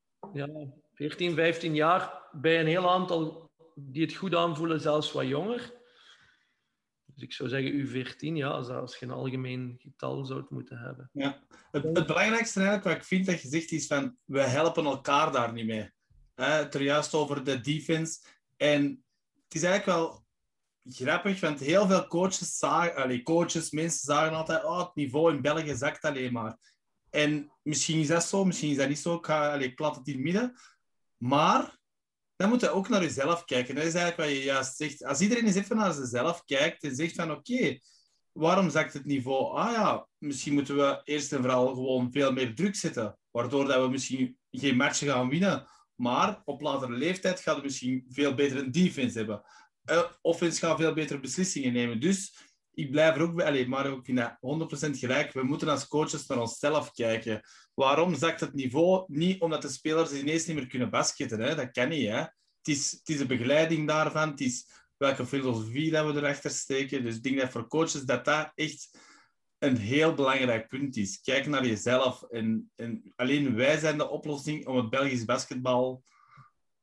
15 jaar bij een heel aantal die het goed aanvoelen, zelfs wat jonger. Dus ik zou zeggen U14, als je een algemeen getal zou moeten hebben. Ja. Het belangrijkste eigenlijk wat ik vind dat je zegt is van, we helpen elkaar daar niet mee. Het er juist over de defense. En het is eigenlijk wel grappig, want heel veel mensen zagen altijd, het niveau in België zakt alleen maar. En misschien is dat zo, misschien is dat niet zo. Ik plat het in het midden. Maar dan moet je ook naar jezelf kijken. Dat is eigenlijk wat je juist zegt. Als iedereen eens even naar zichzelf kijkt en zegt van oké, waarom zakt het niveau? Misschien moeten we eerst en vooral gewoon veel meer druk zetten. Waardoor dat we misschien geen matchen gaan winnen. Maar op latere leeftijd gaan we misschien veel beter een defense hebben. Offense gaan veel betere beslissingen nemen. Dus ik blijf er ook bij. Maar ik vind dat 100% gelijk. We moeten als coaches naar onszelf kijken. Waarom zakt het niveau? Niet omdat de spelers ineens niet meer kunnen basketten. Hè? Dat kan niet. Hè? Het is de begeleiding daarvan. Het is welke filosofie dat we erachter steken. Dus ik denk dat voor coaches dat echt een heel belangrijk punt is. Kijk naar jezelf. En alleen wij zijn de oplossing om het Belgisch basketbal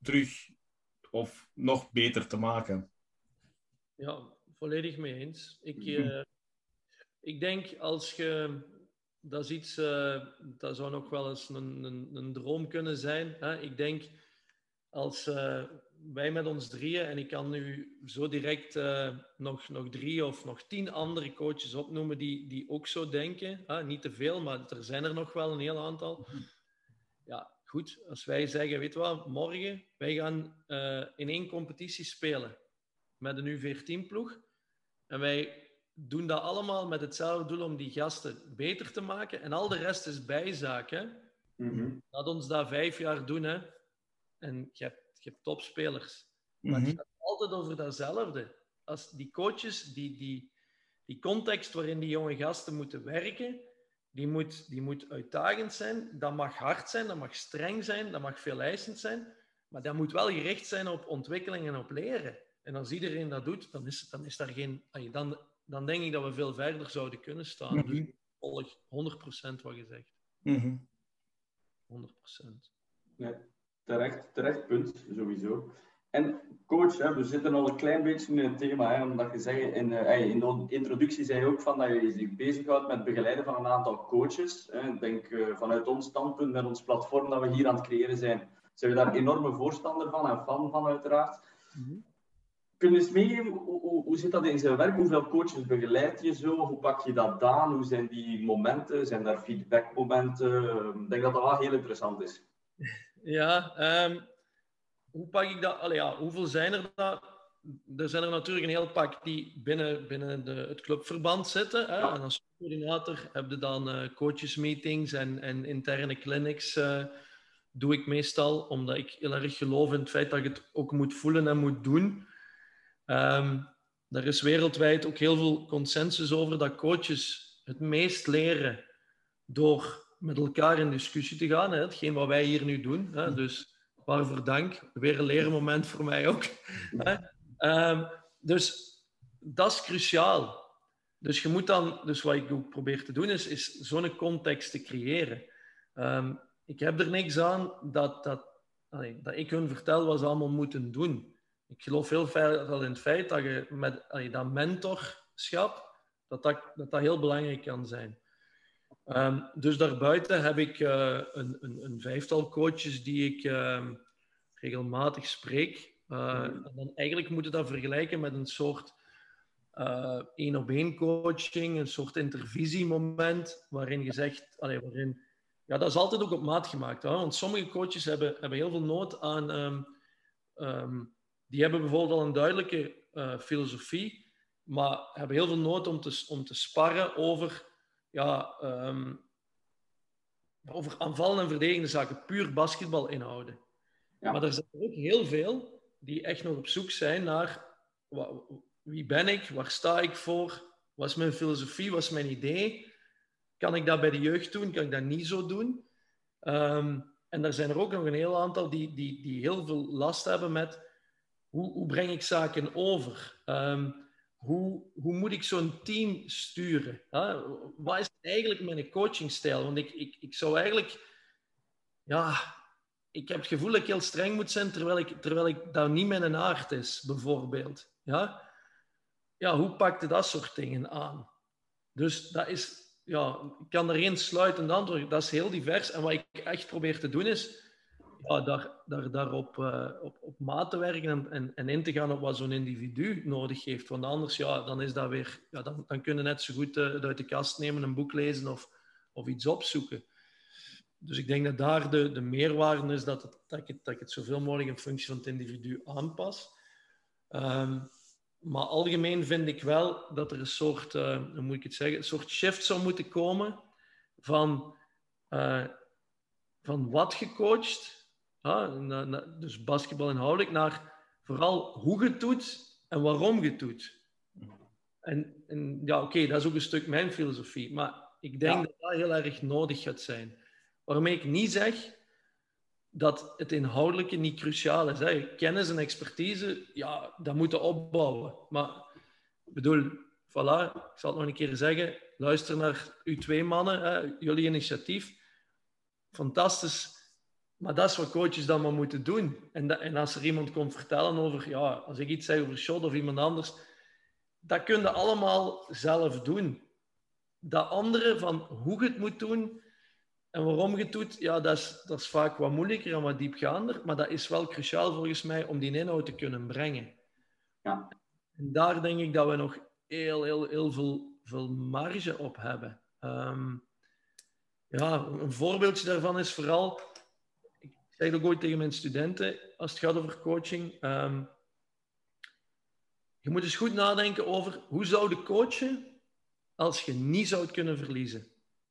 terug of nog beter te maken. Ja, volledig mee eens. Ik denk als je... Dat is iets... dat zou nog wel eens een droom kunnen zijn. Hè? Ik denk als wij met ons drieën... En ik kan nu zo direct nog 3 of nog 10 andere coaches opnoemen die ook zo denken. Niet te veel, maar er zijn er nog wel een heel aantal. Ja, goed. Als wij zeggen, weet je wat, morgen, wij gaan in 1 competitie spelen. Met een U14-ploeg. En wij doen dat allemaal met hetzelfde doel om die gasten beter te maken. En al de rest is bijzaak. Hè? Laat ons dat 5 jaar doen. Hè? En je hebt topspelers. Maar het gaat altijd over datzelfde. Als die coaches, die context waarin die jonge gasten moeten werken, die moet uitdagend zijn. Dat mag hard zijn, dat mag streng zijn, dat mag veeleisend zijn. Maar dat moet wel gericht zijn op ontwikkeling en op leren. En als iedereen dat doet, dan is daar geen... Dan denk ik dat we veel verder zouden kunnen staan. Dus ik volg 100% wat je zegt. 100%. Ja, terecht punt, sowieso. En coach, hè, we zitten al een klein beetje in het thema, hè, omdat je zei, in de introductie zei je ook van dat je zich bezighoudt met het begeleiden van een aantal coaches. Hè. Ik denk vanuit ons standpunt, met ons platform dat we hier aan het creëren zijn we daar enorme voorstander van en fan van uiteraard. Kun je eens meegeven, hoe zit dat in zijn werk? Hoeveel coaches begeleid je zo? Hoe pak je dat aan? Hoe zijn die momenten? Zijn daar feedbackmomenten? Ik denk dat dat wel heel interessant is. Ja, hoe pak ik dat? Hoeveel zijn er dat? Er zijn er natuurlijk een heel pak die binnen het clubverband zitten. Hè? Ja. En als coördinator heb je dan coachesmeetings en interne clinics. Doe ik meestal, omdat ik heel erg geloof in het feit dat je het ook moet voelen en moet doen. Er is wereldwijd ook heel veel consensus over dat coaches het meest leren door met elkaar in discussie te gaan. Hè? Hetgeen wat wij hier nu doen. Hè? Dus waarvoor dank. Weer een leermoment voor mij ook. Dus dat is cruciaal. Dus je moet dan, dus wat ik ook probeer te doen, is zo'n context te creëren. Ik heb er niks aan dat ik hun vertel wat ze allemaal moeten doen. Ik geloof heel veel in het feit dat je met dat mentorschap, dat heel belangrijk kan zijn. Dus daarbuiten heb ik een 5-tal coaches die ik regelmatig spreek. En dan eigenlijk moet je dat vergelijken met een soort 1-op-1 coaching, een soort intervisiemoment, waarin je zegt... Ja, dat is altijd ook op maat gemaakt. Hè? Want sommige coaches hebben heel veel nood aan... die hebben bijvoorbeeld al een duidelijke filosofie, maar hebben heel veel nood om te sparren over aanvallende en verdedigende zaken, puur basketbalinhouden. Ja. Maar er zijn er ook heel veel die echt nog op zoek zijn naar wie ben ik, waar sta ik voor, wat is mijn filosofie, wat is mijn idee, kan ik dat bij de jeugd doen, kan ik dat niet zo doen? En er zijn er ook nog een heel aantal die heel veel last hebben met hoe breng ik zaken over? Hoe moet ik zo'n team sturen? Wat is eigenlijk mijn coachingstijl? Want ik zou eigenlijk... Ja, ik heb het gevoel dat ik heel streng moet zijn, terwijl ik dat niet mijn aard is, bijvoorbeeld. Ja, hoe pak je dat soort dingen aan? Dus dat is... Ja, ik kan er geen sluitend antwoord. Dat is heel divers. En wat ik echt probeer te doen is... daarop op maat te werken en in te gaan op wat zo'n individu nodig heeft. Want anders, dan is dat weer... dan kun je net zo goed het uit de kast nemen, een boek lezen of iets opzoeken. Dus ik denk dat daar de meerwaarde is dat ik het zoveel mogelijk in functie van het individu aanpas. Maar algemeen vind ik wel dat er een soort... hoe moet ik het zeggen? Een soort shift zou moeten komen van wat gecoacht... dus basketbal inhoudelijk, naar vooral hoe je het doet en waarom je het doet. En dat is ook een stuk mijn filosofie. Maar ik denk dat dat heel erg nodig gaat zijn. Waarmee ik niet zeg dat het inhoudelijke niet cruciaal is. Hè. Kennis en expertise, dat moeten opbouwen. Maar ik bedoel, voilà, ik zal het nog een keer zeggen. Luister naar uw 2 mannen, jullie initiatief. Fantastisch Maar dat is wat coaches dan maar moeten doen. En als er iemand komt vertellen over... Ja, als ik iets zeg over shot of iemand anders... Dat kun je allemaal zelf doen. Dat andere van hoe je het moet doen en waarom je het doet... Ja, dat is vaak wat moeilijker en wat diepgaander. Maar dat is wel cruciaal volgens mij om die inhoud te kunnen brengen. Ja. En daar denk ik dat we nog heel veel marge op hebben. Een voorbeeldje daarvan is vooral... Ik zeg dat ook ooit tegen mijn studenten, als het gaat over coaching. Je moet eens goed nadenken over hoe zou je coachen als je niet zou kunnen verliezen.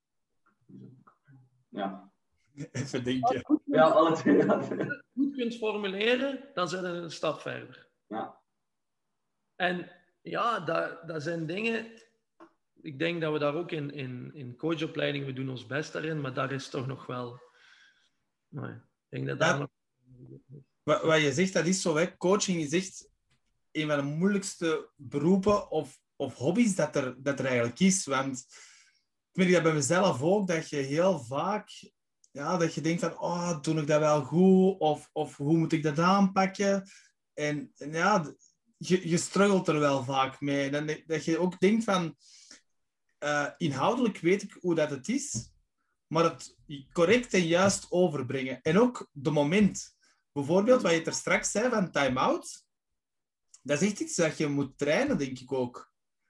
Ja. Even denken. Ja, alle twee. Ja. Goed kunt formuleren, dan zijn we een stap verder. Ja. En ja, dat zijn dingen... Ik denk dat we daar ook in coachopleiding, we doen ons best daarin, maar daar is toch nog wel... Nee, ik denk dat daar nog... Wat je zegt, dat is zo, hè. Coaching is echt een van de moeilijkste beroepen of hobby's dat er eigenlijk is. Want ik merk dat bij mezelf ook, dat je heel vaak... Ja, dat je denkt van, oh, doe ik dat wel goed? Of hoe moet ik dat aanpakken? En ja, je struggelt er wel vaak mee. En dat je ook denkt van... inhoudelijk weet ik hoe dat het is, maar het correct en juist overbrengen. En ook de moment. Bijvoorbeeld, wat je er straks zei van time-out. Dat is echt iets dat je moet trainen, denk ik ook.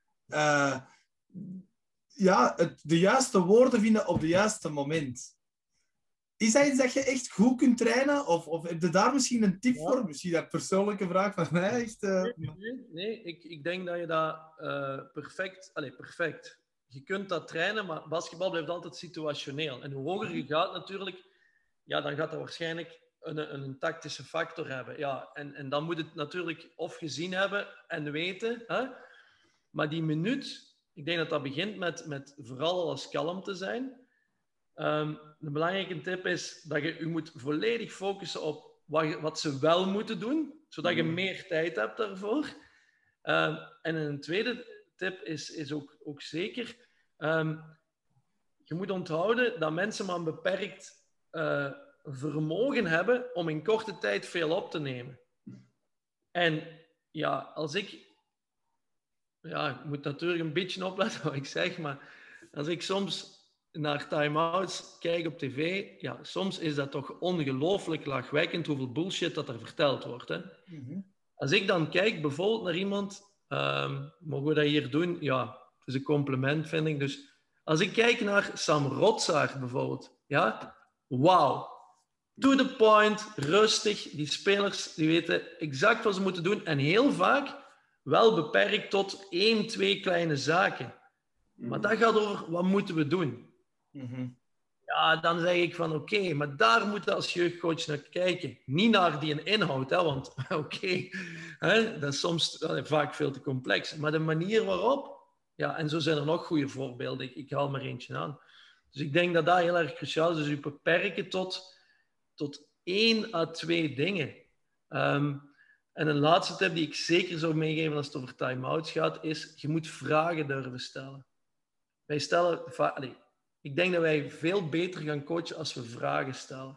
De juiste woorden vinden op het juiste moment. Is dat iets dat je echt goed kunt trainen? Of heb je daar misschien een tip voor? Misschien dat persoonlijke vraag van mij. Echt, Nee, ik denk dat je dat perfect. Je kunt dat trainen, maar basketbal blijft altijd situationeel. En hoe hoger je gaat natuurlijk, ja, dan gaat dat waarschijnlijk een tactische factor hebben. Ja, en dan moet het natuurlijk of gezien hebben en weten. Hè? Maar die minuut, ik denk dat dat begint met vooral als kalm te zijn. Een belangrijke tip is dat je moet volledig focussen op wat ze wel moeten doen, zodat je meer tijd hebt daarvoor. En een tweede tip is ook zeker... je moet onthouden dat mensen maar een beperkt vermogen hebben om in korte tijd veel op te nemen. En ja, als ik... Ja, ik moet natuurlijk een beetje opletten wat ik zeg, maar als ik soms naar time-outs kijk op tv, ja, soms is dat toch ongelooflijk lachwekkend hoeveel bullshit dat er verteld wordt. Hè? Mm-hmm. Als ik dan kijk bijvoorbeeld naar iemand... mogen we dat hier doen? Ja, het is een compliment, vind ik. Dus als ik kijk naar Sam Rotsaert bijvoorbeeld, ja, wauw. To the point, rustig. Die spelers die weten exact wat ze moeten doen. En heel vaak wel beperkt tot 1, 2 kleine zaken. Maar dat gaat over wat moeten we doen. Mm-hmm. Ja, dan zeg ik van oké, maar daar moet je als jeugdcoach naar kijken. Niet naar die inhoud, hè, want dat is soms vaak veel te complex. Maar de manier waarop, ja, en zo zijn er nog goede voorbeelden. Ik haal maar eentje aan. Dus ik denk dat dat heel erg cruciaal is. Dus je beperken tot 1 à 2 dingen. En een laatste tip die ik zeker zou meegeven als het over time-outs gaat, is je moet vragen durven stellen. Wij stellen... Ik denk dat wij veel beter gaan coachen als we vragen stellen.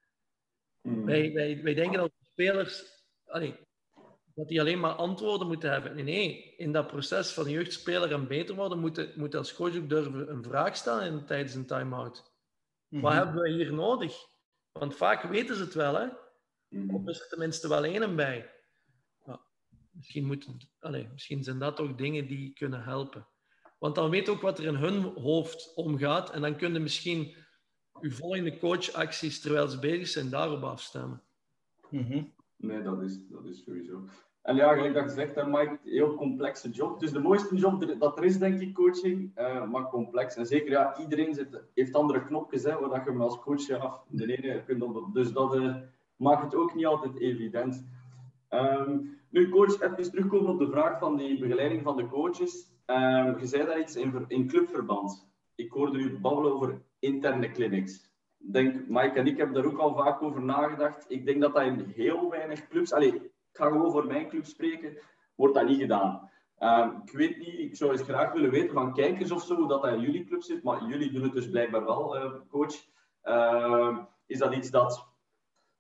Wij denken dat spelers... dat die alleen maar antwoorden moeten hebben. Nee, in dat proces van jeugdspeler en beter worden, moet als coach ook durven een vraag stellen tijdens een time-out. Mm-hmm. Wat hebben we hier nodig? Want vaak weten ze het wel, hè? Of is er tenminste wel één bij. Ja, misschien zijn dat ook dingen die kunnen helpen. Want dan weet ook wat er in hun hoofd omgaat. En dan kun je misschien je volgende coachacties, terwijl ze bezig zijn, daarop afstemmen. Mm-hmm. Nee, dat is sowieso. En ja, gelijk dat je zegt, hè, Mike, heel complexe job. Het is de mooiste job dat er is, denk ik, coaching. Maar complex. En zeker, ja, iedereen heeft andere knopjes, hè, waar je hem als coach de ene kunt op. Dus dat maakt het ook niet altijd evident. Nu, coach, even terugkomen op de vraag van die begeleiding van de coaches. Je zei daar iets in clubverband. Ik hoorde u babbelen over interne clinics. Ik denk, Mike en ik hebben daar ook al vaak over nagedacht. Ik denk dat in heel weinig clubs... ik ga gewoon voor mijn club spreken, wordt dat niet gedaan. Ik weet niet, ik zou eens graag willen weten van kijkers of zo, hoe dat in jullie club zit, maar jullie doen het dus blijkbaar wel, coach. Is dat iets dat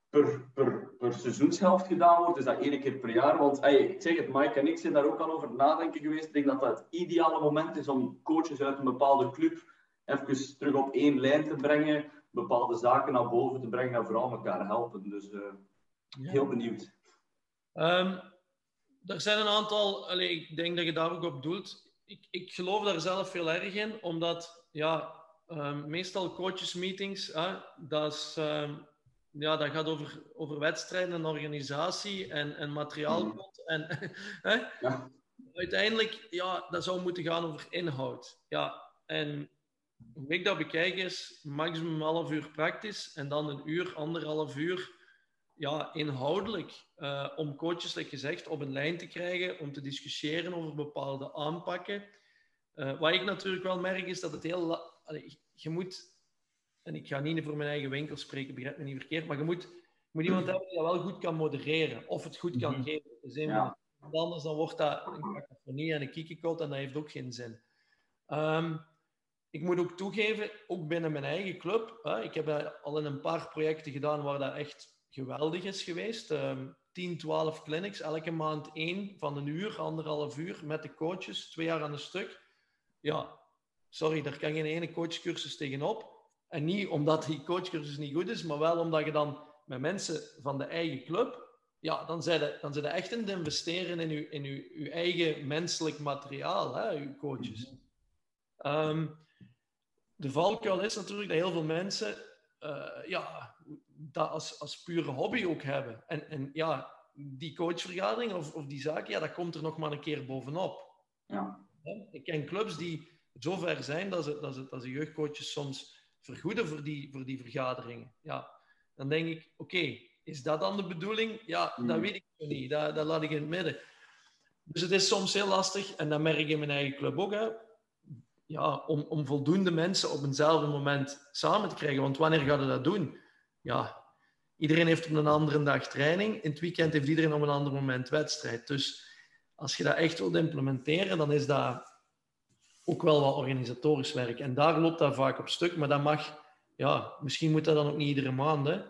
per seizoenshelft gedaan wordt, is dat 1 keer per jaar. Want ik zeg het, Mike en ik zijn daar ook al over nadenken geweest. Ik denk dat dat het ideale moment is om coaches uit een bepaalde club even terug op 1 lijn te brengen, bepaalde zaken naar boven te brengen en vooral elkaar helpen. Dus heel benieuwd. Er zijn een aantal, ik denk dat je daar ook op doelt. Ik geloof daar zelf veel erg in, omdat meestal coachesmeetings, dat gaat over wedstrijden en organisatie en materiaalkot. Uiteindelijk, dat zou moeten gaan over inhoud. Ja, en hoe ik dat bekijk is maximum een half uur praktisch en dan 1 uur, 1,5 uur inhoudelijk. Om coaches, zoals gezegd, op een lijn te krijgen, om te discussiëren over bepaalde aanpakken. Wat ik natuurlijk wel merk is dat het je moet, en ik ga niet voor mijn eigen winkel spreken, begrijp me niet verkeerd, maar je moet iemand hebben die dat wel goed kan modereren, of het goed kan geven. Dus anders dan wordt dat een cacophonie en een kiekenkot en dat heeft ook geen zin. Ik moet ook toegeven, ook binnen mijn eigen club, ik heb al in een paar projecten gedaan waar dat echt geweldig is geweest. 10, 12 clinics, elke maand 1 van 1 uur, 1,5 uur met de coaches, 2 jaar aan een stuk. Ja, sorry, daar kan geen ene coachcursus tegenop. En niet omdat die coachcursus niet goed is, maar wel omdat je dan met mensen van de eigen club, dan zijn ze echt in het investeren in uw eigen menselijk materiaal, uw coaches. De valkuil is natuurlijk dat heel veel mensen dat als pure hobby ook hebben. En die coachvergadering of die zaken, dat komt er nog maar een keer bovenop. Ja. Ik ken clubs die zo ver zijn dat ze jeugdcoaches soms vergoeden voor die vergaderingen. Ja, dan denk ik, oké, is dat dan de bedoeling? Ja, dat weet ik nog niet. Dat laat ik in het midden. Dus het is soms heel lastig, en dat merk ik in mijn eigen club ook, om voldoende mensen op eenzelfde moment samen te krijgen. Want wanneer ga je dat doen? Ja, iedereen heeft op een andere dag training. In het weekend heeft iedereen op een ander moment wedstrijd. Dus als je dat echt wilt implementeren, dan is dat ook wel wat organisatorisch werk. En daar loopt dat vaak op stuk. Maar dat mag... Ja, misschien moet dat dan ook niet iedere maand. Hè.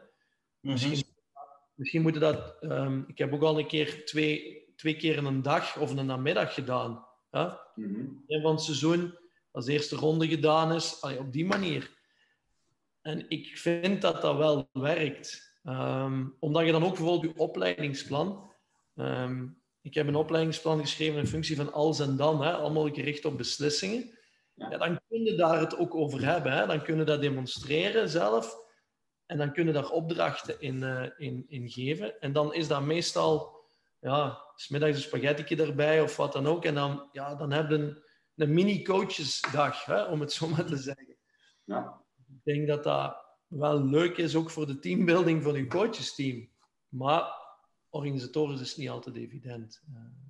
Misschien moeten dat... ik heb ook al een keer twee keer in een dag of een namiddag gedaan. Hè? En van het seizoen, als de eerste ronde gedaan is. Op die manier. En ik vind dat dat wel werkt. Omdat je dan ook bijvoorbeeld je opleidingsplan... ik heb een opleidingsplan geschreven in functie van als en dan. Allemaal gericht op beslissingen. Ja, dan kun je daar het ook over hebben. Hè? Dan kun je dat demonstreren zelf. En dan kun je daar opdrachten in geven. En dan is dat meestal... Ja, 's middags een spaghetti erbij of wat dan ook. En dan heb je een mini-coachesdag, om het zo maar te zeggen. Ja. Ik denk dat dat wel leuk is, ook voor de teambuilding van je coachesteam. Maar organisatorisch is het niet altijd evident.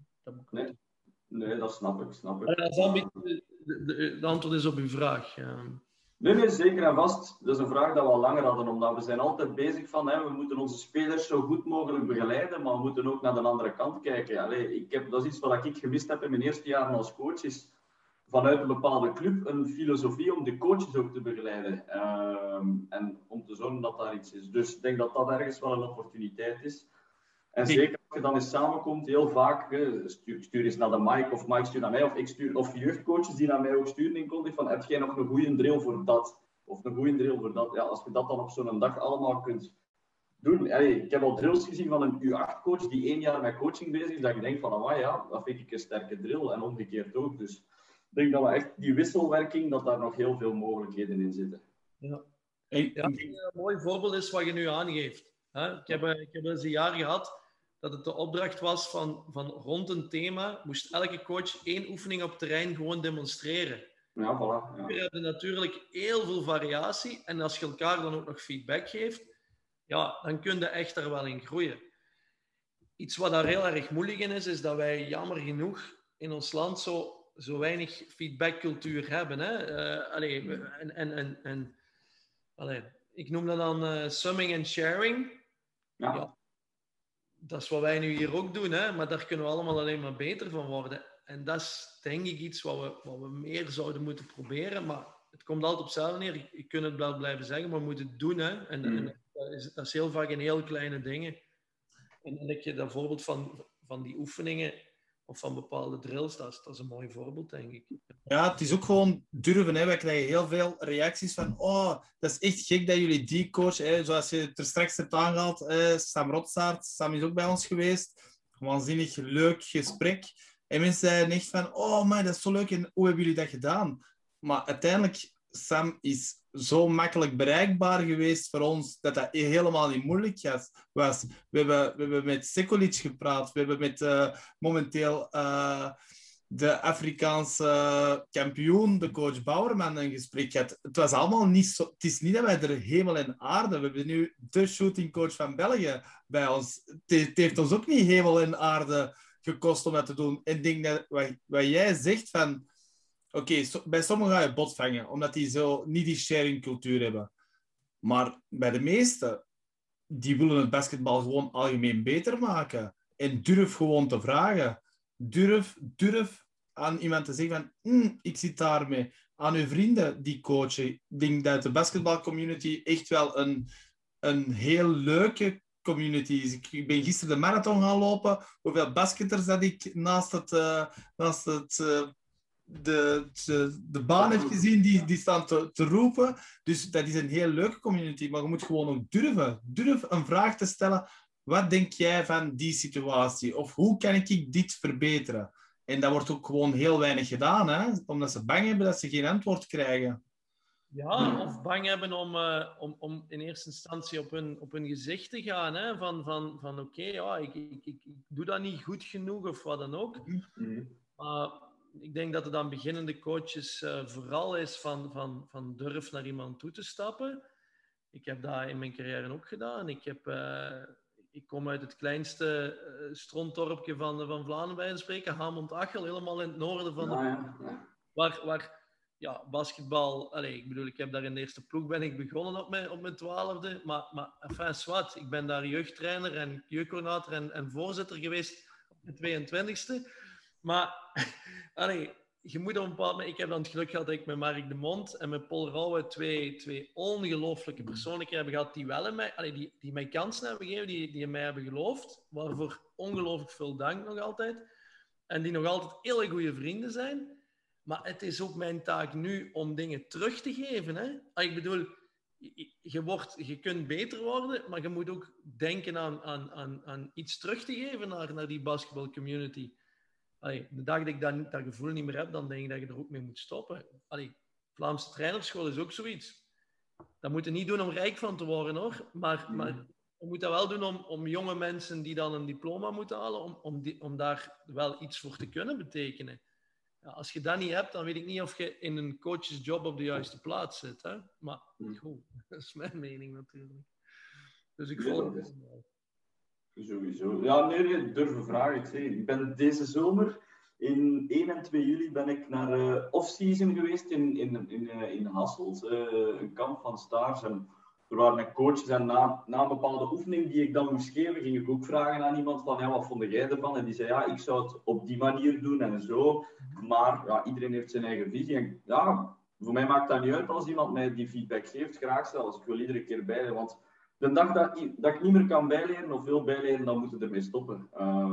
Nee, dat snap ik. Dat is een beetje de antwoord is op uw vraag. Nee, zeker en vast. Dat is een vraag dat we al langer hadden, omdat we zijn altijd bezig van, we moeten onze spelers zo goed mogelijk begeleiden, maar we moeten ook naar de andere kant kijken. Dat is iets wat ik gemist heb in mijn eerste jaren als coach, is vanuit een bepaalde club een filosofie om de coaches ook te begeleiden. En om te zorgen dat daar iets is. Dus ik denk dat dat ergens wel een opportuniteit is. En zeker als je dan eens samenkomt, heel vaak, stuur eens naar de Mike, of Mike stuurt naar mij, of jeugdcoaches die naar mij ook sturen in context van, heb jij nog een goede drill voor dat? Of een goede drill voor dat? Ja, als je dat dan op zo'n dag allemaal kunt doen. Ik heb al drills gezien van een U8-coach die 1 jaar met coaching bezig is, dat je denkt van, dat vind ik een sterke drill. En omgekeerd ook. Dus ik denk dat we echt die wisselwerking, dat daar nog heel veel mogelijkheden in zitten. Ja. Een mooi voorbeeld is wat je nu aangeeft. Ik heb eens een jaar gehad dat het de opdracht was van rond een thema moest elke coach 1 oefening op terrein gewoon demonstreren. Ja, voilà. Ja. We hebben natuurlijk heel veel variatie en als je elkaar dan ook nog feedback geeft, dan kun je echt daar wel in groeien. Iets wat daar heel erg moeilijk in is dat wij jammer genoeg in ons land zo weinig feedbackcultuur hebben. Hè? Ik noem dat dan summing en sharing. Ja, dat is wat wij nu hier ook doen, hè? Maar daar kunnen we allemaal alleen maar beter van worden. En dat is denk ik iets wat we meer zouden moeten proberen. Maar het komt altijd op hetzelfde neer. Je kunt het wel blijven zeggen, maar we moeten het doen. Hè? En dat is heel vaak in heel kleine dingen. En dat je dat voorbeeld van die oefeningen of van bepaalde drills, dat is een mooi voorbeeld, denk ik. Ja, het is ook gewoon durven. Hè. Wij krijgen heel veel reacties van dat is echt gek dat jullie die coach, hè, zoals je het er straks hebt aangehaald, Sam Rotsaert, Sam is ook bij ons geweest. Waanzinnig leuk gesprek. En mensen zeiden echt van, maar dat is zo leuk en hoe hebben jullie dat gedaan? Maar uiteindelijk, Sam is zo makkelijk bereikbaar geweest voor ons dat helemaal niet moeilijk was. We hebben met Sekulic gepraat, we hebben met momenteel de Afrikaanse kampioen, de coach Bouwerman, een gesprek gehad. Het was allemaal niet zo... Het is niet dat wij er hemel en aarde... We hebben nu de shootingcoach van België bij ons. Het heeft ons ook niet hemel en aarde gekost om dat te doen. En ik denk dat wat jij zegt van... Oké, bij sommigen ga je bot vangen, omdat die zo niet die sharing-cultuur hebben. Maar bij de meesten, die willen het basketbal gewoon algemeen beter maken. En durf gewoon te vragen. Durf aan iemand te zeggen van, ik zit daarmee. Aan uw vrienden die coachen. Ik denk dat de basketbalcommunity echt wel een heel leuke community is. Ik ben gisteren de marathon gaan lopen. Hoeveel basketters dat ik naast de baan heb gezien, die staan te roepen. Dus dat is een heel leuke community. Maar je moet gewoon ook durven. Durf een vraag te stellen. Wat denk jij van die situatie? Of hoe kan ik dit verbeteren? En dat wordt ook gewoon heel weinig gedaan, hè? Omdat ze bang hebben dat ze geen antwoord krijgen. Ja, of bang hebben om in eerste instantie op hun gezicht te gaan. Hè? Van oké, ik doe dat niet goed genoeg of wat dan ook. Maar ik denk dat het aan beginnende coaches vooral is van durf naar iemand toe te stappen. Ik heb dat in mijn carrière ook gedaan. Ik kom uit het kleinste strontdorpje van Vlaanderen bij te spreken, Hamont-Achel, helemaal in het noorden van waar basketbal... ik bedoel, ik heb daar in de eerste ploeg ben ik begonnen op mijn 12e, maar enfin, zwart, ik ben daar jeugdtrainer en jeugdcoördinator en voorzitter geweest op de 22e. Maar, je moet op een bepaald moment... Ik heb dan het geluk gehad dat ik met Mark de Mont en met Paul Rauwe twee ongelooflijke persoonlijkheden hebben gehad die wel in mij... Die mij kansen hebben gegeven, die in mij hebben geloofd. Waarvoor ongelooflijk veel dank nog altijd. En die nog altijd hele goede vrienden zijn. Maar het is ook mijn taak nu om dingen terug te geven. Hè? Ik bedoel, je kunt beter worden, maar je moet ook denken aan iets terug te geven naar die basketbalcommunity. De dag dat ik dat gevoel niet meer heb, dan denk ik dat je er ook mee moet stoppen. Vlaamse trainerschool is ook zoiets. Dat moet je niet doen om rijk van te worden, hoor. Maar je moet dat wel doen om jonge mensen die dan een diploma moeten halen, om daar wel iets voor te kunnen betekenen. Ja, als je dat niet hebt, dan weet ik niet of je in een coachesjob op de juiste plaats zit. Hè? Maar goed, dat is mijn mening natuurlijk. Dus ik volg het wel. Sowieso. Ja, nee, durven vragen. Ik ben deze zomer, in 1 en 2 juli, ben ik naar off-season geweest in Hasselt. Een kamp van stars. En er waren coaches en na een bepaalde oefening die ik dan moest geven, ging ik ook vragen aan iemand van, wat vond jij ervan? En die zei, ik zou het op die manier doen en zo. Maar iedereen heeft zijn eigen visie. En voor mij maakt dat niet uit als iemand mij die feedback geeft. Graag zelfs. Ik wil iedere keer bijleren. Want de dag dat ik niet meer kan bijleren of wil bijleren, dan moet het ermee stoppen.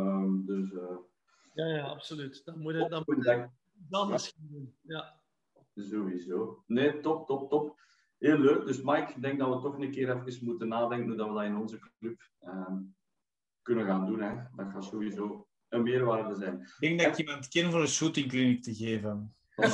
Ja, absoluut. Dan moet je misschien doen. Ja. Sowieso. Nee, top. Heel leuk. Dus Mike, ik denk dat we toch een keer even moeten nadenken hoe dat we dat in onze club kunnen gaan doen. Hè. Dat gaat sowieso een meerwaarde zijn. Ik denk dat ik iemand ken voor een shootingkliniek te geven.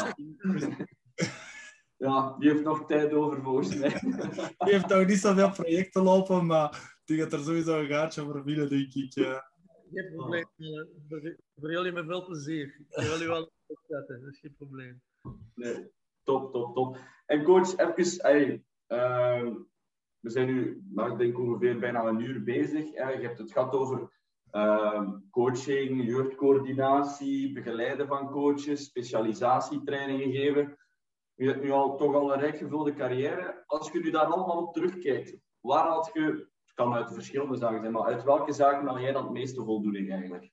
Ja, die heeft nog tijd over volgens mij. Die heeft nog niet zoveel projecten lopen, maar die gaat er sowieso een gaatje voor binnen, denk ik. Geen probleem. Voor jullie met veel plezier. Ik wil jullie wel opzetten, dat is geen probleem. Nee, top. En coach, even... we zijn nu, ik denk ongeveer bijna een uur bezig. Je hebt het gehad over coaching, jeugdcoördinatie, begeleiden van coaches, specialisatietrainingen geven. Je hebt nu toch al een rijk gevulde carrière. Als je nu daar allemaal op terugkijkt, waar had je, het kan uit verschillende zaken zijn, maar uit welke zaken had jij dan het meeste voldoening eigenlijk?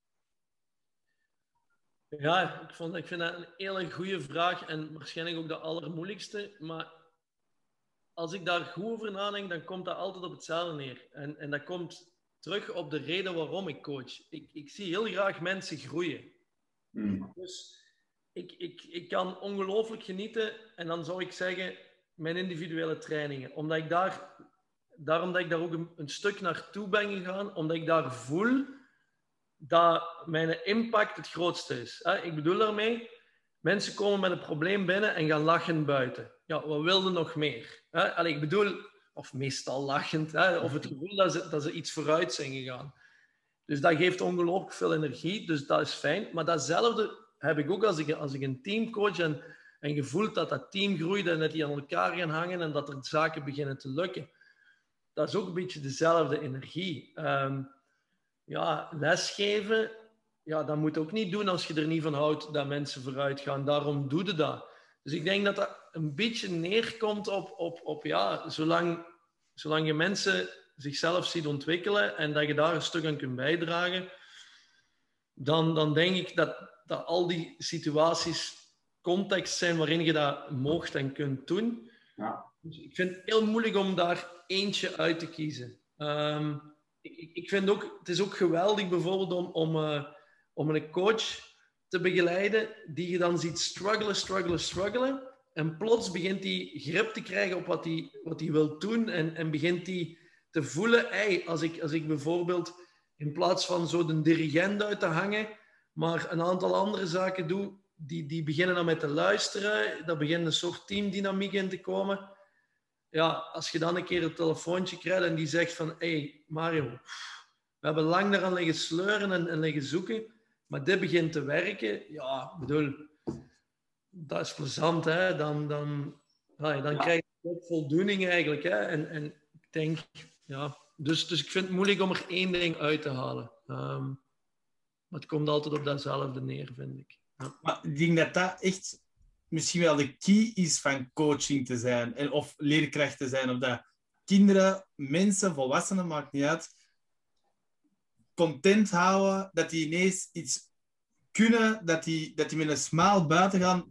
Ja, ik vind dat een hele goede vraag en waarschijnlijk ook de allermoeilijkste. Maar als ik daar goed over nadenk, dan komt dat altijd op hetzelfde neer. En dat komt terug op de reden waarom ik coach. Ik zie heel graag mensen groeien. Dus ik kan ongelooflijk genieten. En dan zou ik zeggen, mijn individuele trainingen. Omdat ik daar ook een stuk naartoe ben gegaan. Omdat ik daar voel dat mijn impact het grootste is. Ik bedoel daarmee, mensen komen met een probleem binnen en gaan lachen buiten. Ja, wat wilden nog meer? Ik bedoel, of meestal lachend, of het gevoel dat ze iets vooruit zijn gegaan. Dus dat geeft ongelooflijk veel energie, dus dat is fijn. Maar datzelfde heb ik ook als ik een team coach en je voelt dat dat team groeit en dat die aan elkaar gaan hangen en dat er zaken beginnen te lukken. Dat is ook een beetje dezelfde energie. Lesgeven, dat moet je ook niet doen als je er niet van houdt dat mensen vooruit gaan. Daarom doe je dat. Dus ik denk dat dat een beetje neerkomt op zolang je mensen zichzelf ziet ontwikkelen en dat je daar een stuk aan kunt bijdragen, dan denk ik dat al die situaties context zijn waarin je dat moogt en kunt doen. Ja. Dus ik vind het heel moeilijk om daar eentje uit te kiezen. Ik vind ook, het is ook geweldig bijvoorbeeld om een coach te begeleiden die je dan ziet struggelen en plots begint hij grip te krijgen op wat hij wil doen en begint hij te voelen, als ik bijvoorbeeld in plaats van zo de dirigent uit te hangen, maar een aantal andere zaken doe, die beginnen dan met te luisteren, daar begint een soort teamdynamiek in te komen. Ja, als je dan een keer een telefoontje krijgt en die zegt van, Mario, we hebben lang daaraan liggen sleuren en liggen zoeken, maar dit begint te werken. Ja, bedoel, dat is plezant, hè. Dan krijg je ook voldoening eigenlijk, hè. En ik denk, dus ik vind het moeilijk om er één ding uit te halen. Maar het komt altijd op datzelfde neer, vind ik. Ja. Maar ik denk dat echt misschien wel de key is van coaching te zijn of leerkracht te zijn. Of dat kinderen, mensen, volwassenen, maakt niet uit, content houden, dat die ineens iets kunnen, dat die met een smile buiten gaan.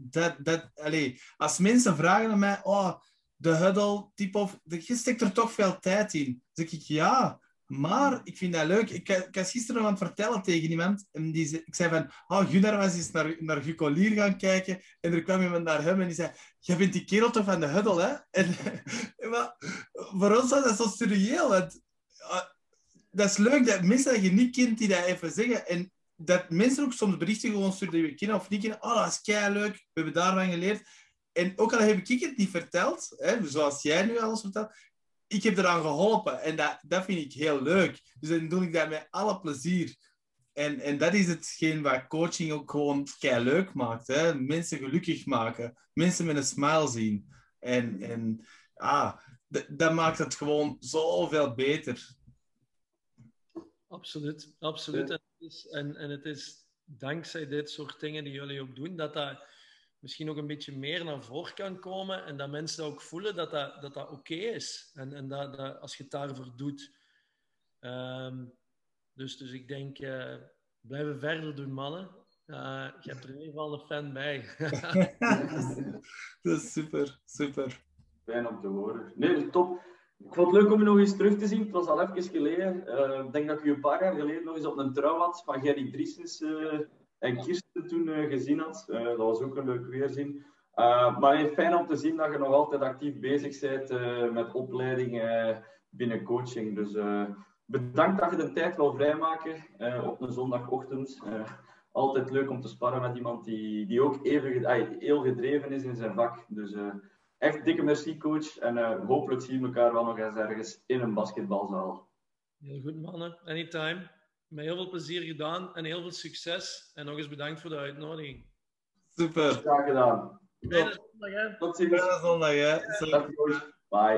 Als mensen vragen aan mij, de huddle, je steekt er toch veel tijd in. Dan zeg ik, ja, maar ik vind dat leuk. Ik was gisteren nog aan het vertellen tegen iemand, en ik zei van, Gunnar was eens naar Guco Lier gaan kijken, en er kwam iemand naar hem en die zei, jij bent die kerel toch van de huddle, hè? Maar voor ons was dat zo surreëel, want dat is leuk dat mensen dat je niet kent die dat even zeggen, en dat mensen ook soms berichten gewoon sturen die we kennen of niet kennen. Dat is keileuk, we hebben daarvan geleerd. En ook al heb ik het niet verteld, hè, zoals jij nu alles vertelt, ik heb eraan geholpen. En dat vind ik heel leuk. Dus dan doe ik dat met alle plezier. En dat is hetgeen wat coaching ook gewoon keileuk maakt. Hè? Mensen gelukkig maken. Mensen met een smile zien. En dat maakt het gewoon zoveel beter. Absoluut. En het is dankzij dit soort dingen die jullie ook doen, dat misschien nog een beetje meer naar voren kan komen en dat mensen ook voelen dat oké is. En dat als je het daarvoor doet. Dus ik denk, blijven verder doen, mannen. Je hebt er in ieder geval een fan bij. Dat is super. Fijn om te horen. Nee, top. Ik vond het leuk om je nog eens terug te zien. Het was al even geleden. Ik denk dat ik je een paar jaar geleden nog eens op een trouw had van Gerry Driessens en Kirsten toen gezien had. Dat was ook een leuk weerzien. Maar fijn om te zien dat je nog altijd actief bezig bent met opleiding binnen coaching. Dus bedankt dat je de tijd wil vrijmaken op een zondagochtend. Altijd leuk om te sparren met iemand die ook even heel gedreven is in zijn vak. Dus echt dikke merci, coach. En hopelijk zien we elkaar wel nog eens ergens in een basketbalzaal. Heel goed, mannen. Anytime. Met heel veel plezier gedaan en heel veel succes. En nog eens bedankt voor de uitnodiging. Super. Graag gedaan. Fijne zondag, hè. Tot ziens. Fijne zondag, hè. Dag, coach. Bye.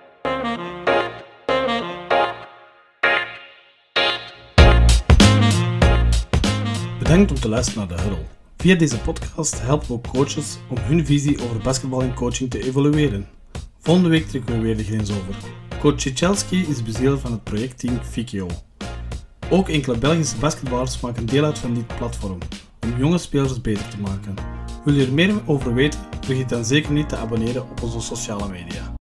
Bedankt om te luisteren naar de Huddle. Via deze podcast helpen we ook coaches om hun visie over basketbal en coaching te evalueren. Volgende week trekken we weer de grens over. Coach Ciechelski is bezield van het projectteam Fikio. Ook enkele Belgische basketballers maken deel uit van dit platform, om jonge spelers beter te maken. Wil je er meer over weten? Vergeet dan zeker niet te abonneren op onze sociale media.